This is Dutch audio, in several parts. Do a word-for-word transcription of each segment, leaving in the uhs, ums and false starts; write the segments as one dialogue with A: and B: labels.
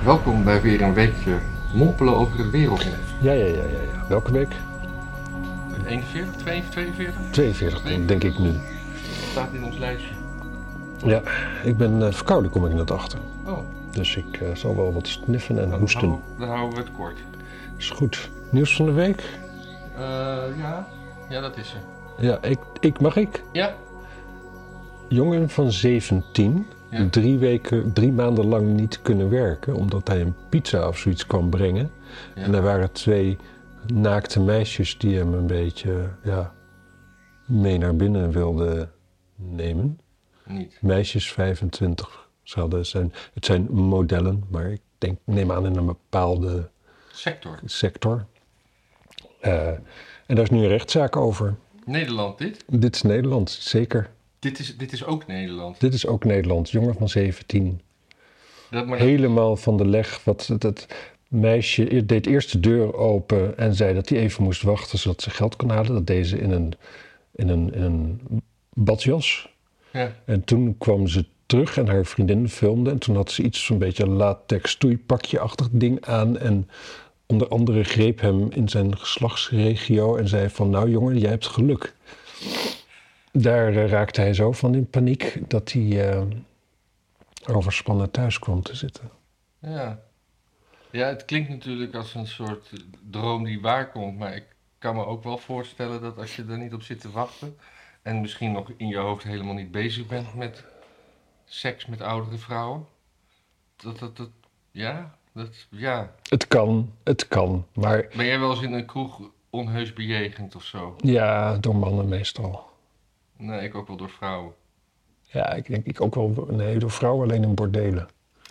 A: Welkom bij weer een weekje mompelen over het wereldnet.
B: Ja, ja, ja, ja, ja. Welke week?
A: eenenveertig, tweeënveertig?
B: tweeënveertig,
A: Nee.
B: denk ik nu.
A: Staat in ons lijstje.
B: Ja, ik ben uh, verkouden, kom ik net achter.
A: Oh.
B: Dus ik uh, zal wel wat sniffen en
A: Dan
B: hoesten.
A: houden, dan houden we het kort.
B: Is goed. Nieuws van de week?
A: Uh, ja. ja, dat is er.
B: Ja, ik, ik mag ik?
A: Ja.
B: Jongen van zeventien,
A: Ja.
B: drie weken, drie maanden lang niet kunnen werken, omdat hij een pizza of zoiets kwam brengen.
A: Ja.
B: En er waren twee naakte meisjes die hem een beetje, ja, mee naar binnen wilden nemen.
A: Niet.
B: Meisjes vijfentwintig. Ze hadden zijn, het zijn modellen, maar ik denk, neem aan in een bepaalde
A: Sector.
B: sector. Uh, en daar is nu een rechtszaak over.
A: Nederland dit?
B: Dit is Nederland, zeker.
A: Dit is, dit is ook Nederland.
B: Dit is ook Nederland. Jongen van zeventien.
A: Dat, maar dat...
B: Helemaal van de leg. Wat, dat meisje deed eerst de deur open en zei dat hij even moest wachten zodat ze geld kon halen. Dat deed ze in een, in een, in een badjas.
A: Ja.
B: En toen kwam ze terug en haar vriendin filmde. En toen had ze iets zo'n beetje latex stoeipakje-achtig ding aan. En onder andere greep hem in zijn geslachtsregio en zei van, nou jongen, jij hebt geluk. Daar uh, raakte hij zo van in paniek dat hij uh, overspannen thuis kwam te zitten.
A: Ja. Ja, het klinkt natuurlijk als een soort droom die waar komt. Maar ik kan me ook wel voorstellen dat als je er niet op zit te wachten... en misschien nog in je hoofd helemaal niet bezig bent met seks met oudere vrouwen... Dat, dat, dat, ja, dat, ja.
B: Het kan, het kan, maar...
A: Ben jij wel eens in een kroeg onheus bejegend of zo?
B: Ja, door mannen meestal.
A: Nee, ik ook wel door vrouwen.
B: Ja, ik denk ik ook wel... Nee, door vrouwen alleen in bordelen.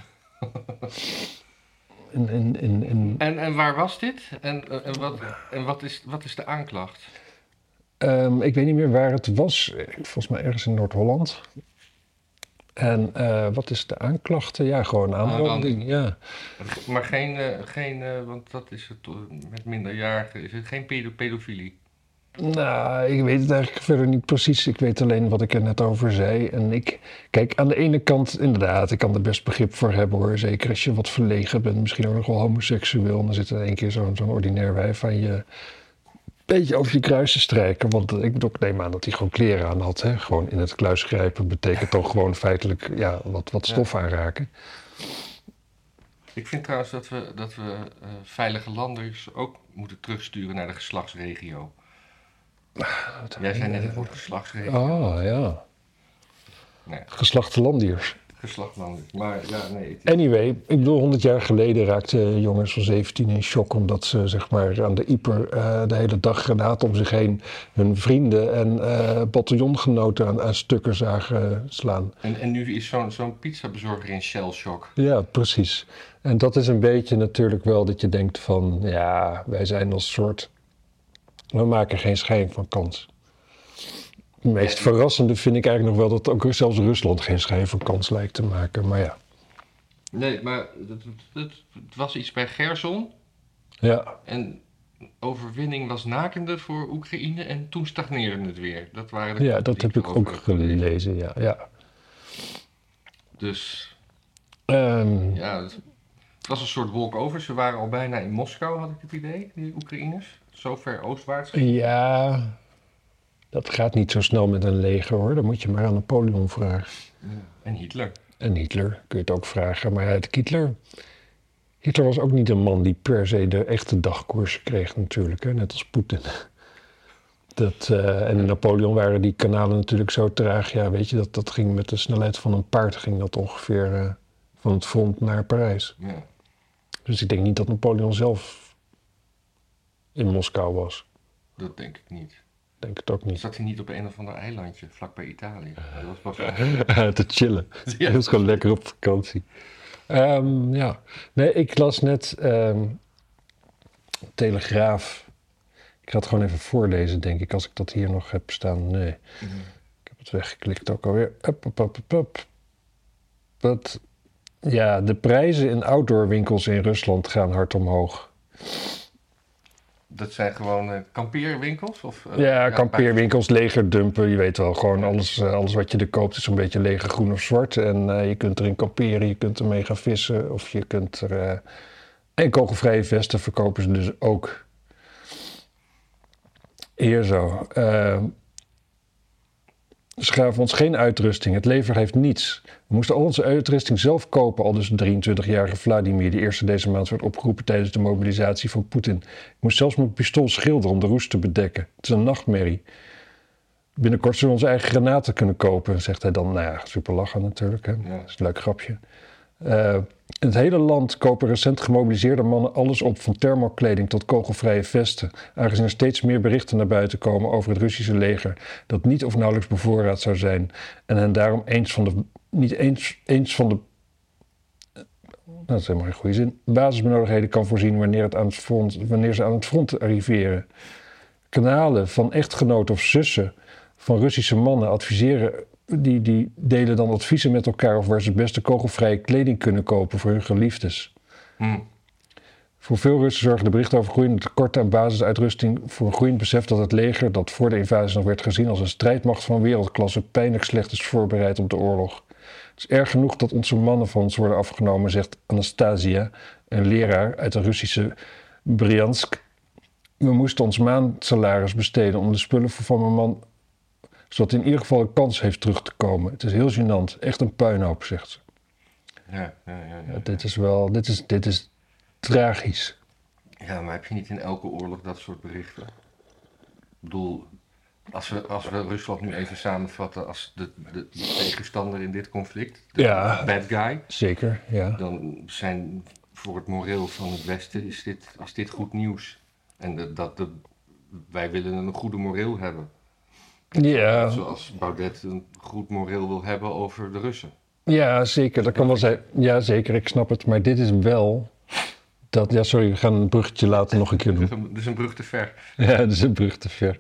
B: in, in, in, in...
A: En, en waar was dit? En, en, wat, en wat, is, wat is de aanklacht?
B: Um, ik weet niet meer waar het was. Volgens mij ergens in Noord-Holland. En uh, wat is de aanklacht? Ja, gewoon aanranding. Ja.
A: Maar geen, uh, geen uh, want dat is het met minderjarigen, is het geen pedo- pedofilie?
B: Nou, ik weet het eigenlijk verder niet precies. Ik weet alleen wat ik er net over zei. En ik, kijk, aan de ene kant, inderdaad, ik kan er best begrip voor hebben hoor. Zeker als je wat verlegen bent, misschien ook nog wel homoseksueel. En dan zit er in één keer zo'n, zo'n ordinair wijf aan je beetje over je kruis te strijken. Want ik bedoel, ik neem aan dat hij gewoon kleren aan had. Hè? Gewoon in het kluis grijpen betekent toch gewoon feitelijk ja, wat, wat stof ja. aanraken.
A: Ik vind trouwens dat we, dat we uh, veilige landers ook moeten terugsturen naar de geslachtsregio. Jij zei net het woord geslachtsregio.
B: Ah, ja.
A: Nee.
B: Geslachtslandiërs.
A: Geslachtlanders, maar ja, nee. Het
B: is... Anyway, ik bedoel, honderd jaar geleden raakten jongens van zeventien in shock... omdat ze, zeg maar, aan de Ieper uh, de hele dag granaat om zich heen... hun vrienden en uh, bataljongenoten aan, aan stukken zagen slaan.
A: En, en nu is zo'n, zo'n pizzabezorger in shell shock.
B: Ja, precies. En dat is een beetje natuurlijk wel dat je denkt van... ja, wij zijn als soort... we maken geen schijn van kans. Het meest verrassende vind ik eigenlijk nog wel dat ook zelfs Rusland geen schijn van kans lijkt te maken, maar ja.
A: Nee, maar het, het, het was iets bij Gerson.
B: Ja.
A: En overwinning was nakende voor Oekraïne en toen stagneerde het weer. Dat waren de
B: ja, dat heb ik ook gelezen, gelezen ja, ja.
A: Dus,
B: um,
A: ja, het, het was een soort walkover. Ze waren al bijna in Moskou, had ik het idee, die Oekraïners. Zo ver oostwaarts.
B: Ja... Dat gaat niet zo snel met een leger hoor, dan moet je maar aan Napoleon vragen.
A: Ja. En Hitler.
B: En Hitler, kun je het ook vragen. Maar ja, Hitler... Hitler was ook niet een man die per se de echte dagkoers kreeg natuurlijk, hè? Net als Poetin. Dat, uh, en in Napoleon waren die kanalen natuurlijk zo traag. Ja, weet je, dat, dat ging met de snelheid van een paard, ging dat ongeveer uh, van het front naar Parijs.
A: Ja.
B: Dus ik denk niet dat Napoleon zelf in Moskou was.
A: Dat denk ik niet.
B: Denk het ook niet.
A: Zat hij niet op een of ander eilandje, vlakbij Italië? Dat was wel...
B: te chillen.
A: Ja.
B: Hij was gewoon lekker op vakantie. Um, ja. Nee, ik las net um, Telegraaf. Ik ga het gewoon even voorlezen, denk ik, als ik dat hier nog heb staan. Nee. Mm-hmm. Ik heb het weggeklikt ook alweer. Up, up, up, up, up. Dat, ja, de prijzen in outdoorwinkels in Rusland gaan hard omhoog.
A: dat zijn gewoon uh, kampeerwinkels? Of, uh,
B: ja, kampeerwinkels, legerdumpen, je weet wel. Gewoon alles, uh, alles wat je er koopt is een beetje leger groen of zwart. En uh, je kunt erin kamperen, je kunt ermee gaan vissen. Of je kunt er... Uh, en kogelvrije vesten verkopen ze dus ook. Hier zo. Uh, Ze gaven ons geen uitrusting. Het leger heeft niets. We moesten al onze uitrusting zelf kopen, al dus de drieëntwintigjarige Vladimir, die eerste deze maand werd opgeroepen tijdens de mobilisatie van Poetin. Ik moest zelfs mijn pistool schilderen om de roest te bedekken. Het is een nachtmerrie. Binnenkort zullen we onze eigen granaten kunnen kopen, zegt hij dan. Nou ja, super lachen natuurlijk. Hè? Ja. Dat is een leuk grapje. Uh, in het hele land kopen recent gemobiliseerde mannen alles op, van thermokleding tot kogelvrije vesten, aangezien er steeds meer berichten naar buiten komen over het Russische leger dat niet of nauwelijks bevoorraad zou zijn en hen daarom eens van de, niet eens, eens van de, nou, dat is helemaal geen goede zin, basisbenodigdheden kan voorzien wanneer, het aan het front, wanneer ze aan het front arriveren. Kanalen van echtgenoten of zussen van Russische mannen adviseren Die, die delen dan adviezen met elkaar over waar ze het beste kogelvrije kleding kunnen kopen voor hun geliefdes.
A: Hmm.
B: Voor veel Russen zorgen de berichten over groeiende tekorten aan basisuitrusting voor een groeiend besef dat het leger, dat voor de invasie nog werd gezien als een strijdmacht van wereldklasse, pijnlijk slecht is voorbereid op de oorlog. Het is erg genoeg dat onze mannen van ons worden afgenomen, zegt Anastasia, een leraar uit de Russische Bryansk. We moesten ons maandsalaris besteden om de spullen van mijn man, zodat hij in ieder geval een kans heeft terug te komen. Het is heel gênant. Echt een puinhoop, zegt ze.
A: Ja, ja, ja, ja, ja.
B: Dit is wel... Dit is, dit is tragisch.
A: Ja, maar heb je niet in elke oorlog dat soort berichten? Ik bedoel, als we, als we Rusland nu even samenvatten als de, de, de tegenstander in dit conflict, de
B: ja,
A: bad guy,
B: zeker, ja.
A: Dan zijn voor het moreel van het Westen is dit, is dit goed nieuws. En de, dat de, wij willen een goede moreel hebben.
B: Ja.
A: Zoals Baudet een goed moreel wil hebben over de Russen.
B: Ja, zeker. Dat kan wel zijn. Ja, zeker. Ik snap het. Maar dit is wel... Dat, ja, sorry. We gaan een bruggetje later nog een keer doen.
A: Dat is een brug te ver.
B: Ja, dat is een brug te ver.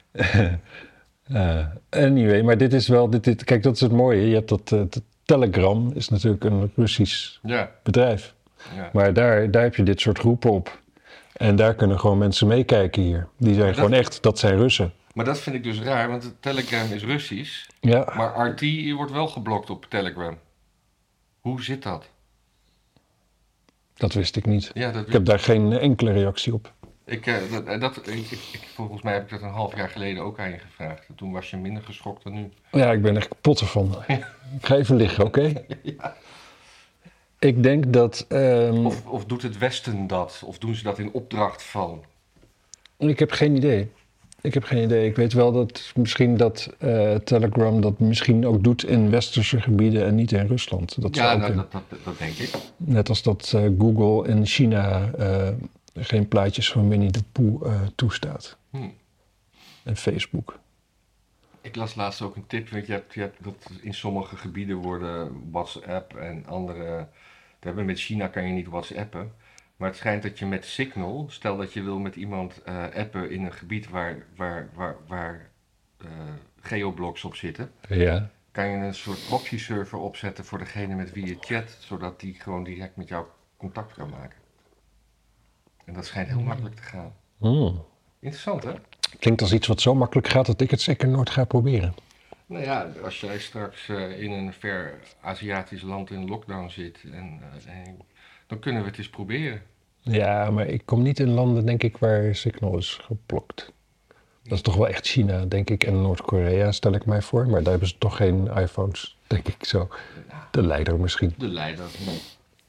B: uh, anyway, maar dit is wel... Dit, dit, kijk, dat is het mooie. Je hebt dat... Uh, dat Telegram is natuurlijk een Russisch
A: ja.
B: bedrijf.
A: Ja.
B: Maar daar, daar heb je dit soort groepen op. En daar kunnen gewoon mensen meekijken hier. Die zijn dat, gewoon echt... Dat zijn Russen.
A: Maar dat vind ik dus raar, want Telegram is Russisch.
B: Ja.
A: Maar R T wordt wel geblokt op Telegram. Hoe zit dat?
B: Dat wist ik niet.
A: Ja, dat
B: ik heb daar geen enkele reactie op.
A: Ik, uh, dat, dat, ik, ik, volgens mij heb ik dat een half jaar geleden ook aan je gevraagd. Toen was je minder geschokt dan nu.
B: Ja, ik ben echt kapot ervan. Ik ga even liggen, oké? Okay?
A: Ja.
B: Ik denk dat... Um...
A: Of, of doet het Westen dat? Of doen ze dat in opdracht van?
B: Ik heb geen idee. Ik heb geen idee. Ik weet wel dat misschien dat uh, Telegram dat misschien ook doet in westerse gebieden en niet in Rusland. Dat
A: ja, nou,
B: in...
A: dat, dat, dat denk ik.
B: Net als dat uh, Google in China uh, geen plaatjes van Winnie de Pooh uh, toestaat.
A: Hmm.
B: En Facebook.
A: Ik las laatst ook een tip, want je hebt, je hebt dat in sommige gebieden worden WhatsApp en andere... Met China kan je niet WhatsAppen. Maar het schijnt dat je met Signal, stel dat je wil met iemand uh, appen in een gebied waar, waar, waar, waar uh, geoblocks op zitten,
B: ja.
A: kan je een soort proxy server opzetten voor degene met wie je chat, zodat die gewoon direct met jou contact kan maken. En dat schijnt heel makkelijk te gaan.
B: Mm.
A: Interessant, hè?
B: Klinkt als iets wat zo makkelijk gaat dat ik het zeker nooit ga proberen.
A: Nou ja, als jij straks uh, in een ver Aziatisch land in lockdown zit, en, uh, en, dan kunnen we het eens proberen.
B: Ja, maar ik kom niet in landen, denk ik, waar Signal is geblokt. Dat is toch wel echt China, denk ik, en Noord-Korea, stel ik mij voor. Maar daar hebben ze toch geen iPhones, denk ik zo. De leider misschien.
A: De leider, nee.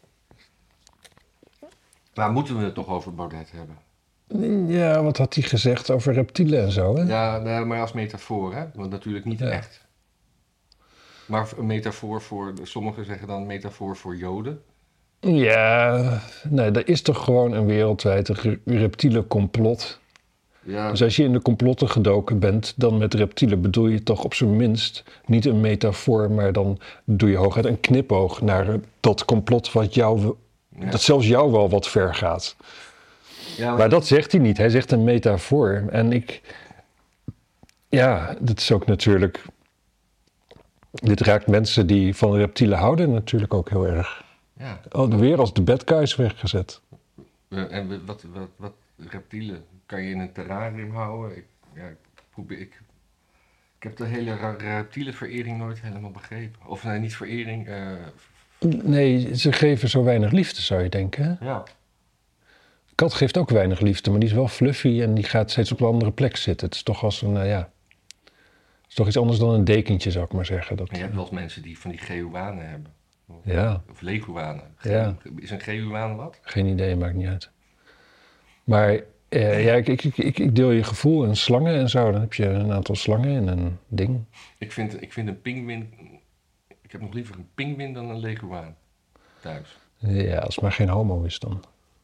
A: Maar moeten we het toch over Baudet hebben?
B: Ja, wat had hij gezegd over reptielen en zo, hè?
A: Ja, nee, maar als metafoor, hè? Want natuurlijk niet ja. echt. Maar een metafoor voor, sommigen zeggen dan een metafoor voor Joden.
B: Ja, nee, er is toch gewoon een wereldwijd reptiele complot.
A: Ja.
B: Dus als je in de complotten gedoken bent, dan met reptielen bedoel je toch op zijn minst niet een metafoor, maar dan doe je hooguit een knipoog naar dat complot wat jou, ja. dat zelfs jou wel wat ver gaat. Ja, maar... maar dat zegt hij niet. Hij zegt een metafoor. En ik... Ja, dat is ook natuurlijk... Dit raakt mensen die van reptielen houden natuurlijk ook heel erg.
A: Ja.
B: Oh, weer als de bad guys weggezet.
A: En wat, wat, wat, reptielen kan je in een terrarium houden. Ik, ja, ik, probeer, ik, ik heb de hele ra- reptielenverering nooit helemaal begrepen. Of nee, niet verering. eh,
B: Nee, ze geven zo weinig liefde, zou je denken. Hè?
A: ja,
B: Kat geeft ook weinig liefde, maar die is wel fluffy en die gaat steeds op een andere plek zitten. Het is toch als een, uh, ja... Het is toch iets anders dan een dekentje, zou ik maar zeggen. Dat,
A: maar je hebt wel eens mensen die van die gehuanen hebben. Of,
B: ja,
A: of leguanen.
B: Ja.
A: Is een gehuaan wat?
B: geen idee, maakt niet uit. Maar eh, ja, ik, ik, ik, ik deel je gevoel in slangen en zo. Dan heb je een aantal slangen en een ding.
A: Ik vind, ik vind een pinguïn... Ik heb nog liever een pinguïn dan een leguaan thuis.
B: Ja, als het maar geen homo is dan.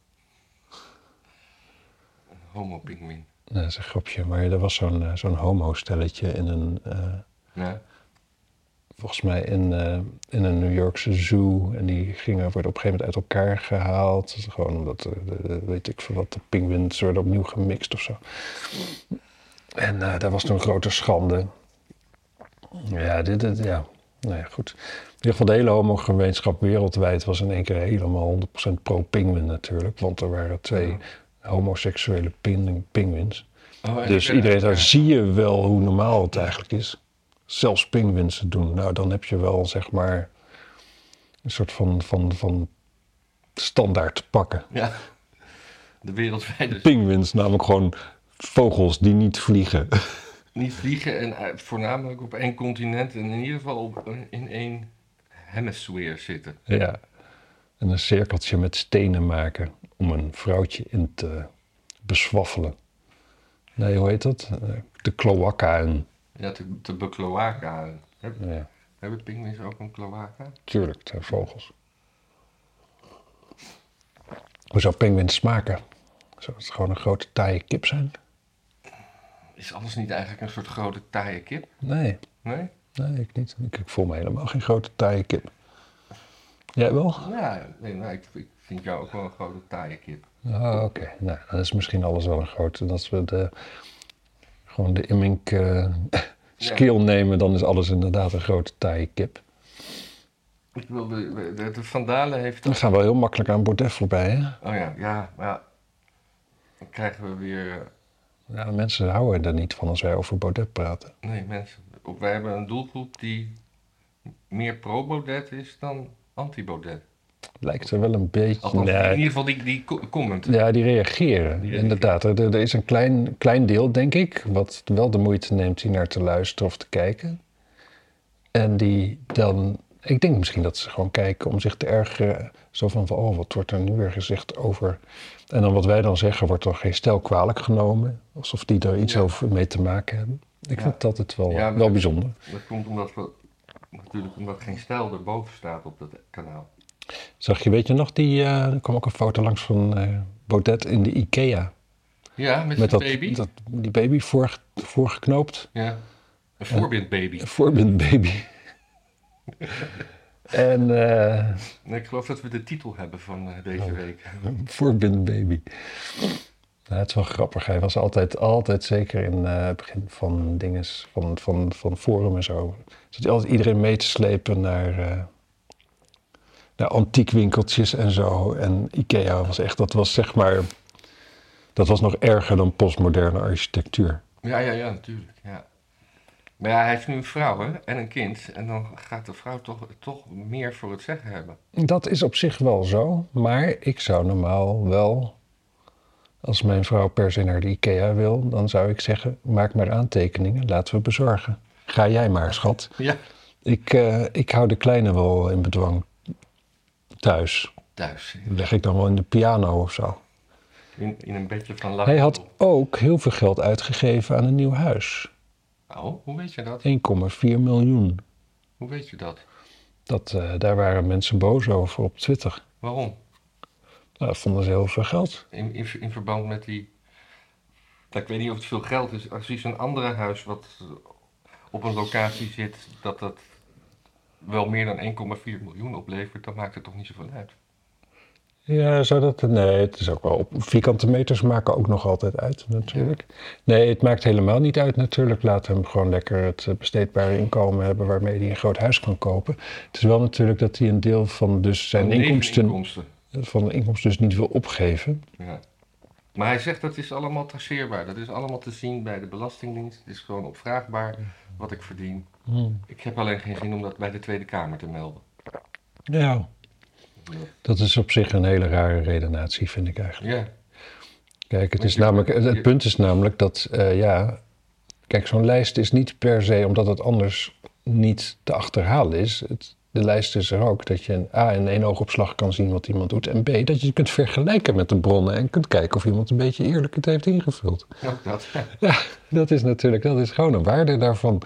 A: Een homo-pinguïn.
B: Nou, dat is een grapje, maar er was zo'n uh, zo'n homo-stelletje in een... Uh,
A: Ja.
B: volgens mij in, uh, in een New Yorkse zoo. En die gingen, worden op een gegeven moment uit elkaar gehaald. Dus gewoon omdat, uh, de, de, weet ik veel wat, de pinguïns werden opnieuw gemixt of zo. En uh, daar was toen een grote schande. Ja, dit, dit, ja. Nou ja, goed. In ieder geval de hele homogemeenschap wereldwijd was in één keer helemaal honderd procent pro-pinguïn natuurlijk. Want er waren twee
A: Ja.
B: homoseksuele ping- pinguïns.
A: Oh, en
B: Dus
A: ik-
B: iedereen zei,
A: ja.
B: zie je wel hoe normaal het eigenlijk is. Zelfs pinguïns het doen. Nou, dan heb je wel, zeg maar, een soort van, van, van standaard te pakken.
A: Ja. De wereldwijde...
B: Pinguïns, namelijk gewoon vogels die niet vliegen.
A: Niet vliegen en uit- voornamelijk op één continent en in ieder geval op, in één hemisfeer zitten.
B: Ja. En een cirkeltje met stenen maken om een vrouwtje in te beswaffelen. Nee, hoe heet dat? Eh, De kloakkaen.
A: Ja, de, de bekloaka. Heb,
B: Ja,
A: hebben pinguïns ook een kloaka?
B: tuurlijk, het zijn vogels. Hoe zou pinguïns smaken? Zou het gewoon een grote taaie kip zijn?
A: Is alles niet eigenlijk een soort grote taaie kip?
B: Nee,
A: Nee?
B: nee, ik niet. Ik, ik voel me helemaal geen grote taaie kip. Jij wel?
A: Ja, nee, nou, ik, ik vind jou ook wel een grote taaie kip.
B: Ah, oké. Nou, dan is misschien alles wel een grote. Als we de, gewoon de immink uh, skill nemen, dan is alles inderdaad een grote taaie kip.
A: Ik wilde, de, de Vandalen heeft...
B: Dan gaan we heel makkelijk aan Baudet voorbij, hè?
A: Oh ja, ja, maar ja. Dan krijgen we weer... eh,
B: Ja, mensen houden er niet van als wij over Baudet praten.
A: Nee, mensen. Op- Wij hebben een doelgroep die meer pro-Baudet is dan anti-Baudet.
B: Lijkt er wel een beetje...
A: Althans,
B: Nee.
A: in ieder geval die, die co- comment.
B: Ja, die reageren,
A: Die reageren.
B: inderdaad. Er, er is een klein, klein deel, denk ik, wat wel de moeite neemt hier naar te luisteren of te kijken. En die dan... Ik denk misschien dat ze gewoon kijken om zich te ergeren. Zo van, van, oh, wat wordt er nu weer gezegd over... En dan wat wij dan zeggen, wordt er geen stel kwalijk genomen. Alsof die er iets
A: Ja.
B: over mee te maken hebben. Ik
A: Ja.
B: vind dat het wel,
A: Ja, maar-
B: wel bijzonder.
A: Dat komt omdat we... Natuurlijk omdat geen stijl erboven staat op dat kanaal.
B: Zag je, weet je nog, die, uh, er kwam ook een foto langs van uh, Baudet in de IKEA.
A: Ja, met,
B: Met
A: zijn
B: dat,
A: baby.
B: dat, die baby voor, voorgeknoopt.
A: Ja. Een voorbindbaby.
B: Een voorbindbaby. En uh,
A: Nee, ik geloof dat we de titel hebben van uh, deze
B: Oh.
A: week.
B: een voorbindbaby. Nou, het is wel grappig. Hij was altijd, altijd zeker in uh, het begin van dinges, van, van, van Forum en zo. Zat hij altijd iedereen mee te slepen naar, uh, naar antiekwinkeltjes en zo. En IKEA was echt, dat was zeg maar, dat was nog erger dan postmoderne architectuur.
A: Ja, ja, ja, natuurlijk. Ja. Maar ja, hij heeft nu een vrouw hè, en een kind. En dan gaat de vrouw toch, toch meer voor het zeggen hebben.
B: Dat is op zich wel zo, maar ik zou normaal wel, als mijn vrouw per se naar de IKEA wil, dan zou ik zeggen, maak maar aantekeningen, laten we bezorgen. Ga jij maar, schat.
A: Ja.
B: Ik, uh, ik hou de kleine wel in bedwang thuis.
A: Thuis.
B: Die leg ik dan wel in de piano of zo.
A: In, in een bedje van
B: Hij had
A: lavendel.
B: ook heel veel geld uitgegeven aan een nieuw huis.
A: Oh, hoe weet je dat?
B: één komma vier miljoen.
A: Hoe weet je dat?
B: Dat, uh, daar waren mensen boos over op Twitter.
A: Waarom?
B: Nou, dat vonden ze heel veel geld.
A: In, in, in verband met die... Nou, ik weet niet of het veel geld is. Als je zo'n andere huis wat op een locatie zit, dat dat wel meer dan één komma vier miljoen oplevert, dan maakt het toch niet zoveel uit.
B: Ja, zou dat... Nee, het is ook wel op... Vierkante meters maken ook nog altijd uit, natuurlijk. Nee, het maakt helemaal niet uit, natuurlijk. Laat hem gewoon lekker het besteedbare inkomen hebben waarmee hij een groot huis kan kopen. Het is wel natuurlijk dat hij een deel van dus zijn
A: Van
B: inkomsten...
A: neveninkomsten.
B: van de inkomsten dus niet wil opgeven.
A: Ja. Maar hij zegt dat is allemaal traceerbaar. Dat is allemaal te zien bij de Belastingdienst. Het is gewoon opvraagbaar wat ik verdien.
B: Hmm.
A: Ik heb alleen geen zin om dat bij de Tweede Kamer te melden.
B: Ja, dat is op zich een hele rare redenatie, vind ik eigenlijk.
A: Ja.
B: Kijk, het,
A: Want
B: is
A: je-
B: namelijk, het, het
A: je-
B: punt is namelijk dat, eh, ja... Kijk, zo'n lijst is niet per se omdat het anders niet te achterhalen is. Het, de lijst is er ook dat je een A in één oogopslag kan zien wat iemand doet. En B, dat je het kunt vergelijken met de bronnen en kunt kijken of iemand een beetje eerlijk het heeft ingevuld.
A: Ook dat.
B: Ja, dat is natuurlijk, dat is gewoon een waarde daarvan.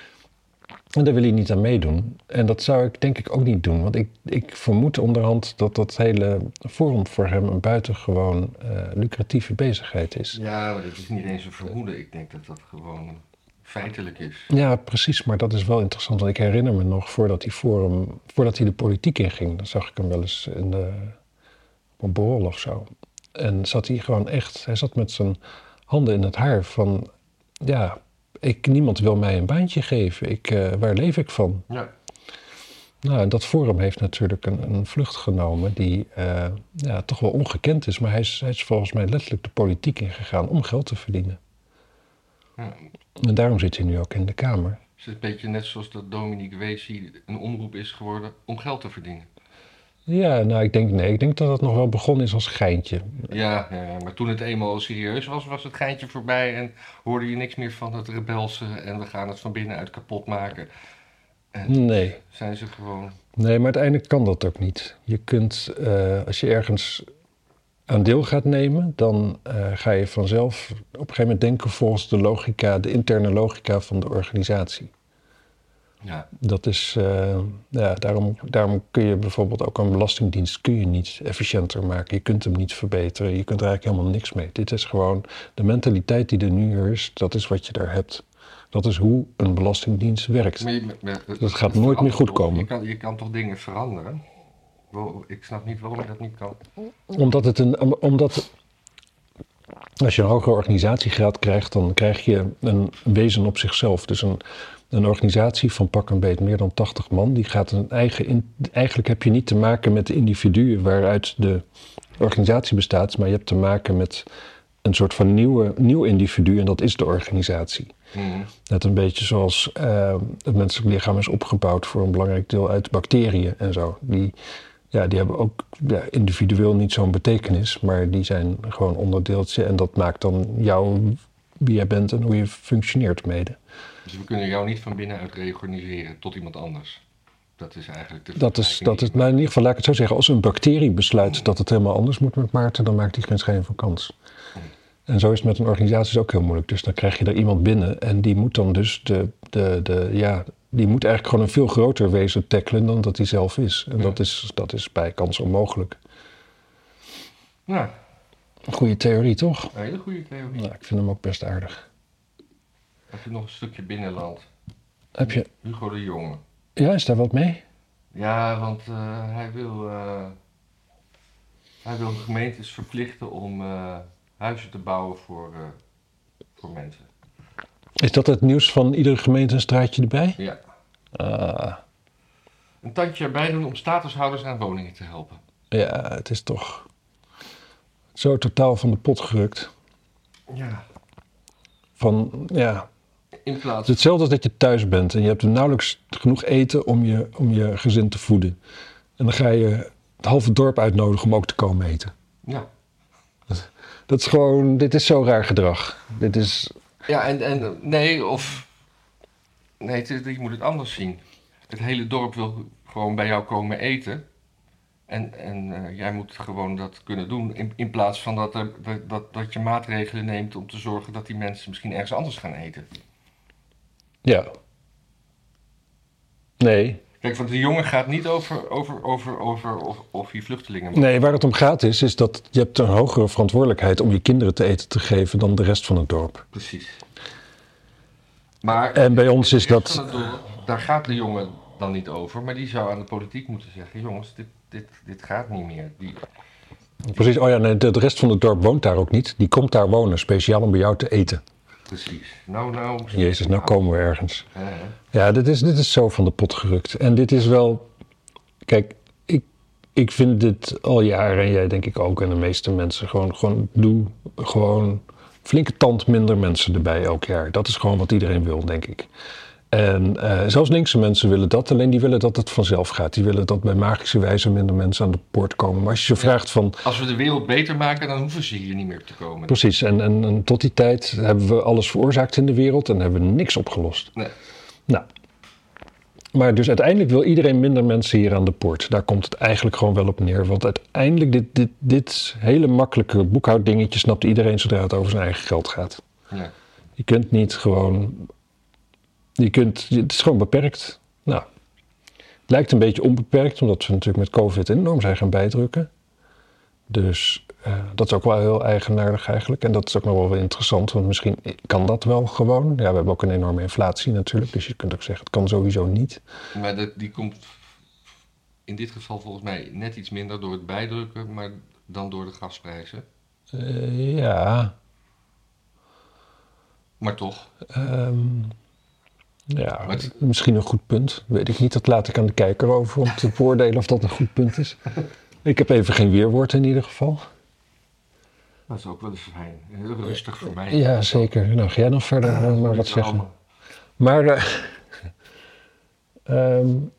B: En daar wil hij niet aan meedoen. En dat zou ik denk ik ook niet doen. Want ik, ik vermoed onderhand dat dat hele forum voor hem een buitengewoon eh, lucratieve bezigheid is.
A: Ja, maar dat is niet eens een vermoeden. Ik denk dat dat gewoon feitelijk is.
B: Ja, precies. Maar dat is wel interessant. Want ik herinner me nog, voordat hij, forum, voordat hij de politiek inging... dan zag ik hem wel eens in de, op een borrel of zo. En zat hij gewoon echt... Hij zat met zijn handen in het haar van... Ja, ik, niemand wil mij een baantje geven. Ik, uh, waar leef ik van?
A: Ja.
B: Nou, en dat forum heeft natuurlijk een, een vlucht genomen... die uh, ja, toch wel ongekend is. Maar hij is, hij is volgens mij letterlijk de politiek ingegaan om geld te verdienen.
A: Ja.
B: En daarom zit hij nu ook in de Kamer.
A: Het is een beetje net zoals dat Dominique Weesie een omroep is geworden om geld te verdienen.
B: Ja, nou, ik denk nee. Ik denk dat het nog wel begonnen is als geintje.
A: Ja, ja, maar toen het eenmaal serieus was, was het geintje voorbij en hoorde je niks meer van het rebelse en we gaan het van binnenuit kapot maken. En
B: Nee.
A: zijn ze gewoon...
B: Nee, maar uiteindelijk kan dat ook niet. Je kunt, uh, als je ergens aan deel gaat nemen, dan uh, ga je vanzelf op een gegeven moment denken volgens de logica, de interne logica van de organisatie.
A: Ja.
B: Dat is, uh, ja, daarom, daarom kun je bijvoorbeeld ook een belastingdienst kun je niet efficiënter maken. Je kunt hem niet verbeteren. Je kunt er eigenlijk helemaal niks mee. Dit is gewoon de mentaliteit die er nu is. Dat is wat je daar hebt. Dat is hoe een belastingdienst werkt.
A: Maar je, maar, het,
B: dat gaat nooit meer goed komen.
A: Je kan, je kan toch dingen veranderen? Ik snap niet waarom je dat niet kan.
B: Omdat het een... Omdat als je een hogere organisatiegraad krijgt, dan krijg je een wezen op zichzelf. Dus een... Een organisatie van pak een beet meer dan tachtig man, die gaat een eigen... In, eigenlijk heb je niet te maken met de individuen waaruit de organisatie bestaat, maar je hebt te maken met een soort van nieuwe, nieuw individu en dat is de organisatie.
A: Mm.
B: Net een beetje zoals uh, het menselijk lichaam is opgebouwd voor een belangrijk deel uit bacteriën en zo. Die, ja, die hebben ook ja, individueel niet zo'n betekenis, maar die zijn gewoon onderdeeltje en dat maakt dan jou wie jij bent en hoe je functioneert mede.
A: Dus we kunnen jou niet van binnenuit reorganiseren tot iemand anders. Dat is eigenlijk de
B: dat is, dat is, nou in ieder geval, laat ik het zo zeggen, als een bacterie besluit dat het helemaal anders moet met Maarten, dan maakt hij geen schijn van kans.
A: Mm.
B: En zo is het met een organisatie ook heel moeilijk. Dus dan krijg je er iemand binnen en die moet dan dus de, de, de ja, die moet eigenlijk gewoon een veel groter wezen tackelen dan dat hij zelf is. En
A: Ja.
B: dat is, dat is bij kans onmogelijk.
A: Nou,
B: Goeie theorie, toch?
A: een hele goede theorie.
B: Nou, ik vind hem ook best aardig.
A: Heb je nog een stukje binnenland?
B: Heb je...
A: Hugo de Jonge.
B: Ja, is daar wat mee?
A: Ja, want uh, hij wil... Uh, hij wil gemeentes verplichten om uh, huizen te bouwen voor, uh, voor mensen.
B: Is dat het nieuws van iedere gemeente een straatje erbij?
A: Ja.
B: Uh,
A: een tandje erbij doen om statushouders aan woningen te helpen.
B: Ja, het is toch zo totaal van de pot gerukt.
A: Ja.
B: Van, ja...
A: In plaats...
B: Het is hetzelfde als dat je thuis bent en je hebt nauwelijks genoeg eten om je, om je gezin te voeden. En dan ga je het halve dorp uitnodigen om ook te komen eten.
A: Ja.
B: Dat, dat is gewoon, dit is zo raar gedrag. Dit is...
A: Ja, en, en nee, of... Nee, het, je moet het anders zien. Het hele dorp wil gewoon bij jou komen eten. En, en uh, jij moet gewoon dat kunnen doen. In, in plaats van dat, er, dat, dat, dat je maatregelen neemt om te zorgen dat die mensen misschien ergens anders gaan eten.
B: Ja. Nee.
A: Kijk, want de jongen gaat niet over, over, over, over of, of je vluchtelingen...
B: Nee, waar het om gaat is, is dat je hebt een hogere verantwoordelijkheid om je kinderen te eten te geven dan de rest van het dorp.
A: Precies. Maar
B: en bij ons is dat...
A: Dorp, daar gaat de jongen dan niet over, maar die zou aan de politiek moeten zeggen, jongens, dit, dit, dit gaat niet meer. Die, die...
B: Precies, oh ja, nee, de, de rest van het dorp woont daar ook niet. Die komt daar wonen, speciaal om bij jou te eten.
A: Precies. Nou, nou...
B: Jezus, nou komen we ergens.
A: He, he.
B: Ja, dit is, dit is zo van de pot gerukt. En dit is wel... Kijk, ik, ik vind dit al jaren, en jij denk ik ook, en de meeste mensen, gewoon, gewoon doe gewoon flinke tand minder mensen erbij elk jaar. Dat is gewoon wat iedereen wil, denk ik. En uh, zelfs linkse mensen willen dat, alleen die willen dat het vanzelf gaat. Die willen dat bij magische wijze minder mensen aan de poort komen. Maar als je ze
A: Ja.
B: vraagt van...
A: Als we de wereld beter maken, dan hoeven ze hier niet meer te komen.
B: Precies, en, en, en tot die tijd hebben we alles veroorzaakt in de wereld en hebben we niks opgelost.
A: Nee.
B: Nou, maar dus uiteindelijk wil iedereen minder mensen hier aan de poort. Daar komt het eigenlijk gewoon wel op neer. Want uiteindelijk, dit, dit, dit hele makkelijke boekhouddingetje snapt iedereen zodra het over zijn eigen geld gaat.
A: Ja.
B: Je kunt niet gewoon... Je kunt, het is gewoon beperkt. Nou, het lijkt een beetje onbeperkt, omdat we natuurlijk met COVID enorm zijn gaan bijdrukken. Dus uh, dat is ook wel heel eigenaardig eigenlijk. En dat is ook nog wel weer interessant, want misschien kan dat wel gewoon. Ja, we hebben ook een enorme inflatie natuurlijk, dus je kunt ook zeggen, het kan sowieso niet.
A: Maar dat, die komt in dit geval volgens mij net iets minder door het bijdrukken, maar dan door de gasprijzen.
B: Uh, ja.
A: Maar toch.
B: Um, ja,
A: maar het...
B: misschien een goed punt. Weet ik niet, dat laat ik aan de kijker over om te beoordelen of dat een goed punt is. Ik heb even geen weerwoord in ieder geval.
A: Dat is ook wel eens fijn. Heel rustig voor mij.
B: Ja, zeker. Nou, ga jij nog verder uh, maar wat zeggen. Maar uh, um,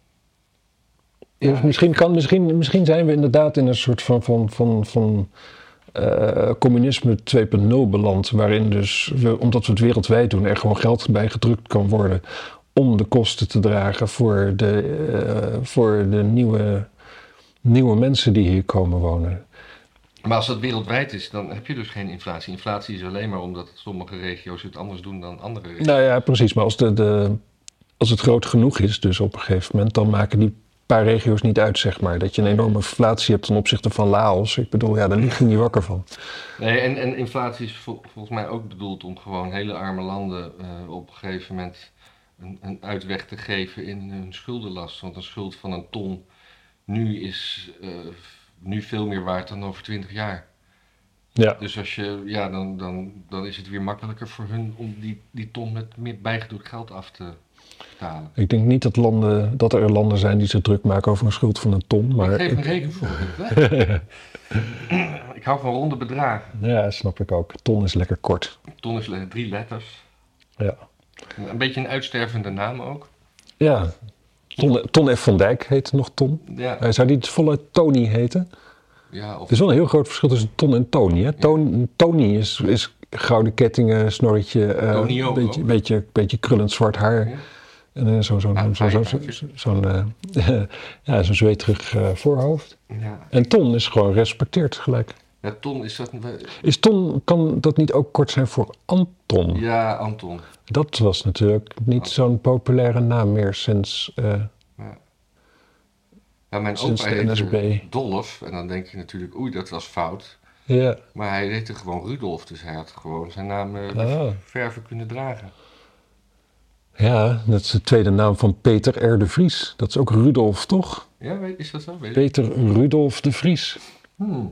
B: ja, misschien, kan, misschien, misschien zijn we inderdaad in een soort van, van, van, van uh, communisme twee punt nul beland. Waarin dus, we, omdat we het wereldwijd doen, er gewoon geld bij gedrukt kan worden om de kosten te dragen voor de, uh, voor de nieuwe, nieuwe mensen die hier komen wonen.
A: Maar als dat wereldwijd is, dan heb je dus geen inflatie. Inflatie is alleen maar omdat sommige regio's het anders doen dan andere regio's.
B: Nou ja, precies. Maar als, de, de, als het groot genoeg is, dus op een gegeven moment, dan maken die paar regio's niet uit, zeg maar. Dat je een enorme inflatie hebt ten opzichte van Laos. Ik bedoel, ja, daar lig je niet wakker van.
A: Nee, en, en inflatie is vol, volgens mij ook bedoeld om gewoon hele arme landen uh, op een gegeven moment een, een uitweg te geven in hun schuldenlast. Want een schuld van een ton nu is... Uh, nu veel meer waard dan over twintig jaar.
B: Ja.
A: Dus als je, ja, dan, dan, dan is het weer makkelijker voor hun om die, die ton met meer bijgedrukt geld af te betalen.
B: Ik denk niet dat, landen, dat er landen zijn die zich druk maken over een schuld van een ton. Maar
A: ik geef een
B: ik...
A: rekenvoorbeeld. Ik hou van ronde bedragen.
B: Ja, snap ik ook. Ton is lekker kort.
A: Ton is drie letters.
B: Ja.
A: Een beetje een uitstervende naam ook.
B: Ja. Ton, Ton F. van Dijk heette nog Ton.
A: Ja.
B: Zou die voluit Tony heten?
A: Ja, of...
B: Er is wel een heel groot verschil tussen Ton en Tony. Hè? Ton, ja. Tony is, is gouden kettingen, snorretje, uh, een beetje, beetje, beetje krullend zwart haar. Ja. En uh, zo'n zo, zo, zo, zo, zo, zo, zo'n uh, ja, zo'n zweterig uh, voorhoofd.
A: Ja.
B: En Ton is gewoon respecteerd gelijk.
A: Ja, Ton is dat...
B: Is Ton, kan dat niet ook kort zijn voor Anton?
A: Ja, Anton.
B: Dat was natuurlijk niet Anton. Zo'n populaire naam meer sinds... Uh,
A: ja. Ja, mijn opa heette Dolf. En dan denk je natuurlijk, oei, dat was fout.
B: Ja.
A: Maar hij heette gewoon Rudolf. Dus hij had gewoon zijn naam uh,
B: oh.
A: verven kunnen dragen.
B: Ja, dat is de tweede naam van Peter R. de Vries. Dat is ook Rudolf, toch?
A: Ja, is dat zo? Weet
B: Peter ik. Rudolf de Vries.
A: Hmm.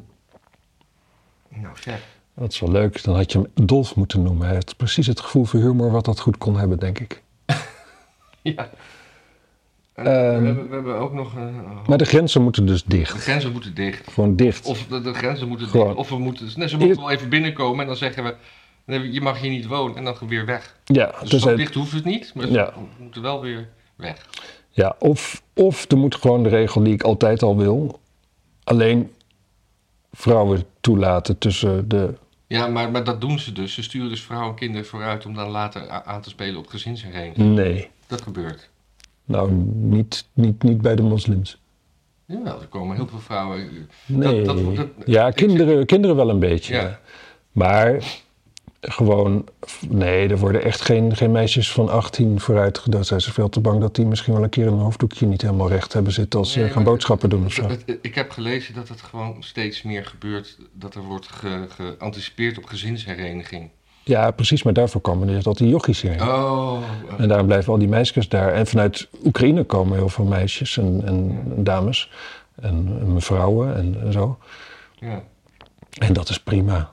A: Nou, zeg.
B: Dat is wel leuk. Dan had je hem Dolf moeten noemen. Hij had precies het gevoel voor humor wat dat goed kon hebben, denk ik.
A: Ja. Um, we, hebben, we hebben ook nog... Een, uh,
B: maar de grenzen moeten dus dicht.
A: De grenzen moeten dicht.
B: Gewoon dicht.
A: Of de, de grenzen moeten
B: Gewoon.
A: dicht. Of we moeten... Nee, ze moeten wel even binnenkomen en dan zeggen we... Nee, je mag hier niet wonen en dan weer weg.
B: Ja,
A: dus
B: dus
A: zo
B: het,
A: dicht hoeft het niet, maar ze
B: ja.
A: moeten wel weer weg.
B: Ja, of, of er moet gewoon de regel die ik altijd al wil. Alleen vrouwen toelaten tussen de...
A: Ja, maar, maar dat doen ze dus. Ze sturen dus vrouwen en kinderen vooruit om dan later a- aan te spelen op gezinshereniging.
B: Nee.
A: Dat gebeurt.
B: Nou, niet, niet, niet bij de moslims.
A: Ja, er komen heel veel vrouwen...
B: Nee,
A: dat, dat, dat,
B: ja, kinderen,
A: zeg...
B: kinderen wel een beetje.
A: Ja.
B: Maar gewoon... Nee, er worden echt geen, geen meisjes van achttien vooruit gedood. Zijn ze veel te bang dat die misschien wel een keer een hoofddoekje niet helemaal recht hebben zitten als ze nee, gaan boodschappen doen of zo.
A: Het, het, ik heb gelezen dat het gewoon steeds meer gebeurt, dat er wordt ge, geanticipeerd op gezinshereniging.
B: Ja, precies, maar daarvoor komen dus dat die jochies hierheen.
A: Oh, uh.
B: En daarom blijven al die meisjes daar. En vanuit Oekraïne komen heel veel meisjes en, en, ja. en dames en, en mevrouwen en, en zo.
A: Ja.
B: En dat is prima.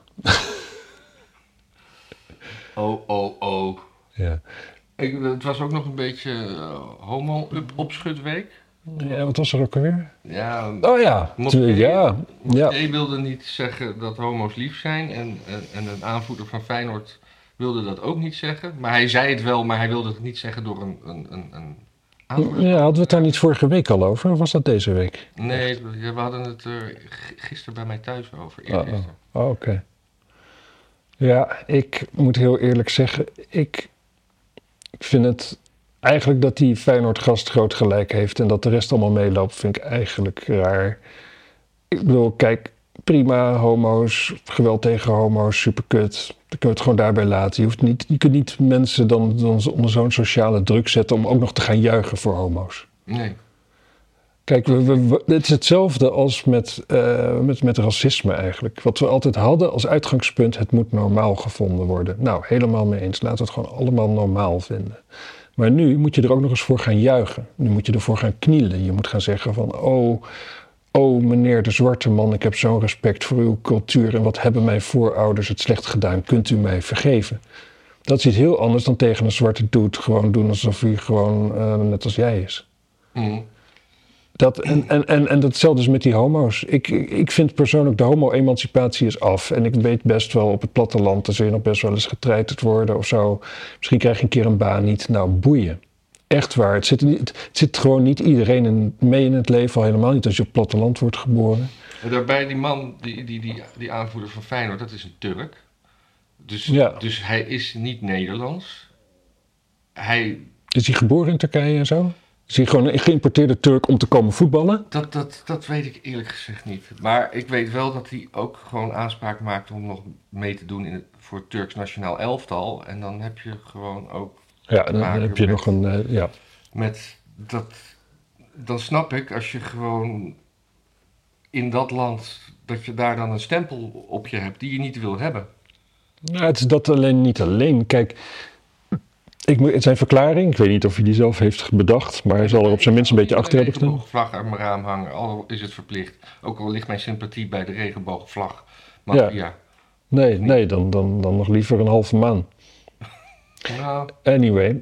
A: Oh, oh, oh.
B: Ja.
A: Ik, het was ook nog een beetje uh, homo-opschutweek.
B: Ja, wat was er ook alweer?
A: Ja,
B: Oh ja,
A: Moskee,
B: ja. ja.
A: Moskee wilde niet zeggen dat homo's lief zijn. En, en, en een aanvoerder van Feyenoord wilde dat ook niet zeggen. Maar hij zei het wel, maar hij wilde het niet zeggen door een, een, een, een aanvoerder.
B: Ja, hadden we het daar niet vorige week al over? Of was dat deze week?
A: Nee, we hadden het er gisteren bij mij thuis over.
B: Oh, oh.
A: Eergisteren.
B: oh oké. Okay. Ja, ik moet heel eerlijk zeggen, ik, ik vind het eigenlijk dat die Feyenoord-gast groot gelijk heeft en dat de rest allemaal meeloopt, vind ik eigenlijk raar. Ik bedoel, kijk, prima, homo's, geweld tegen homo's, superkut. Dan kun je het gewoon daarbij laten. Je, hoeft niet, je kunt niet mensen dan, dan onder zo'n sociale druk zetten om ook nog te gaan juichen voor homo's.
A: Nee.
B: Kijk, we, we, we, het is hetzelfde als met, uh, met, met racisme eigenlijk. Wat we altijd hadden als uitgangspunt, het moet normaal gevonden worden. Nou, helemaal mee eens. Laten we het gewoon allemaal normaal vinden. Maar nu moet je er ook nog eens voor gaan juichen. Nu moet je ervoor gaan knielen. Je moet gaan zeggen van, oh, oh meneer de zwarte man, ik heb zo'n respect voor uw cultuur en wat hebben mijn voorouders het slecht gedaan, kunt u mij vergeven? Dat is iets heel anders dan tegen een zwarte dude gewoon doen alsof hij gewoon uh, net als jij is.
A: Mm.
B: Dat, en, en, en, en datzelfde is met die homo's. Ik, ik vind persoonlijk de homo-emancipatie is af. En ik weet best wel, op het platteland, dan zul je nog best wel eens getreiterd worden of zo. Misschien krijg je een keer een baan niet. Nou, boeien. Echt waar. Het zit, niet, het zit gewoon niet iedereen in, mee in het leven, al helemaal niet als je op het platteland wordt geboren.
A: En daarbij die man, die, die, die, die aanvoerder van Feyenoord, dat is een Turk. Dus,
B: Ja.
A: dus hij is niet Nederlands. Hij...
B: Is hij geboren in Turkije en zo? Is hij gewoon een geïmporteerde Turk om te komen voetballen?
A: Dat, dat, dat weet ik eerlijk gezegd niet. Maar ik weet wel dat hij ook gewoon aanspraak maakt om nog mee te doen in het, voor het Turks nationaal elftal. En dan heb je gewoon ook...
B: Ja, dan heb je met, nog een... Uh, ja.
A: Met dat... Dan snap ik, als je gewoon in dat land, dat je daar dan een stempel op je hebt die je niet wil hebben.
B: Nou, het is dat alleen niet alleen. Kijk... Ik, het zijn verklaring, ik weet niet of hij die zelf heeft bedacht, maar hij zal er op zijn minst een beetje achter hebben gestaan.
A: Ik heb een vlag uit mijn raam hangen, al is het verplicht. Ook al ligt mijn sympathie bij de regenboogvlag. Maar ja. ja.
B: Nee, nee dan, dan, dan nog liever een halve maan.
A: Nou,
B: anyway.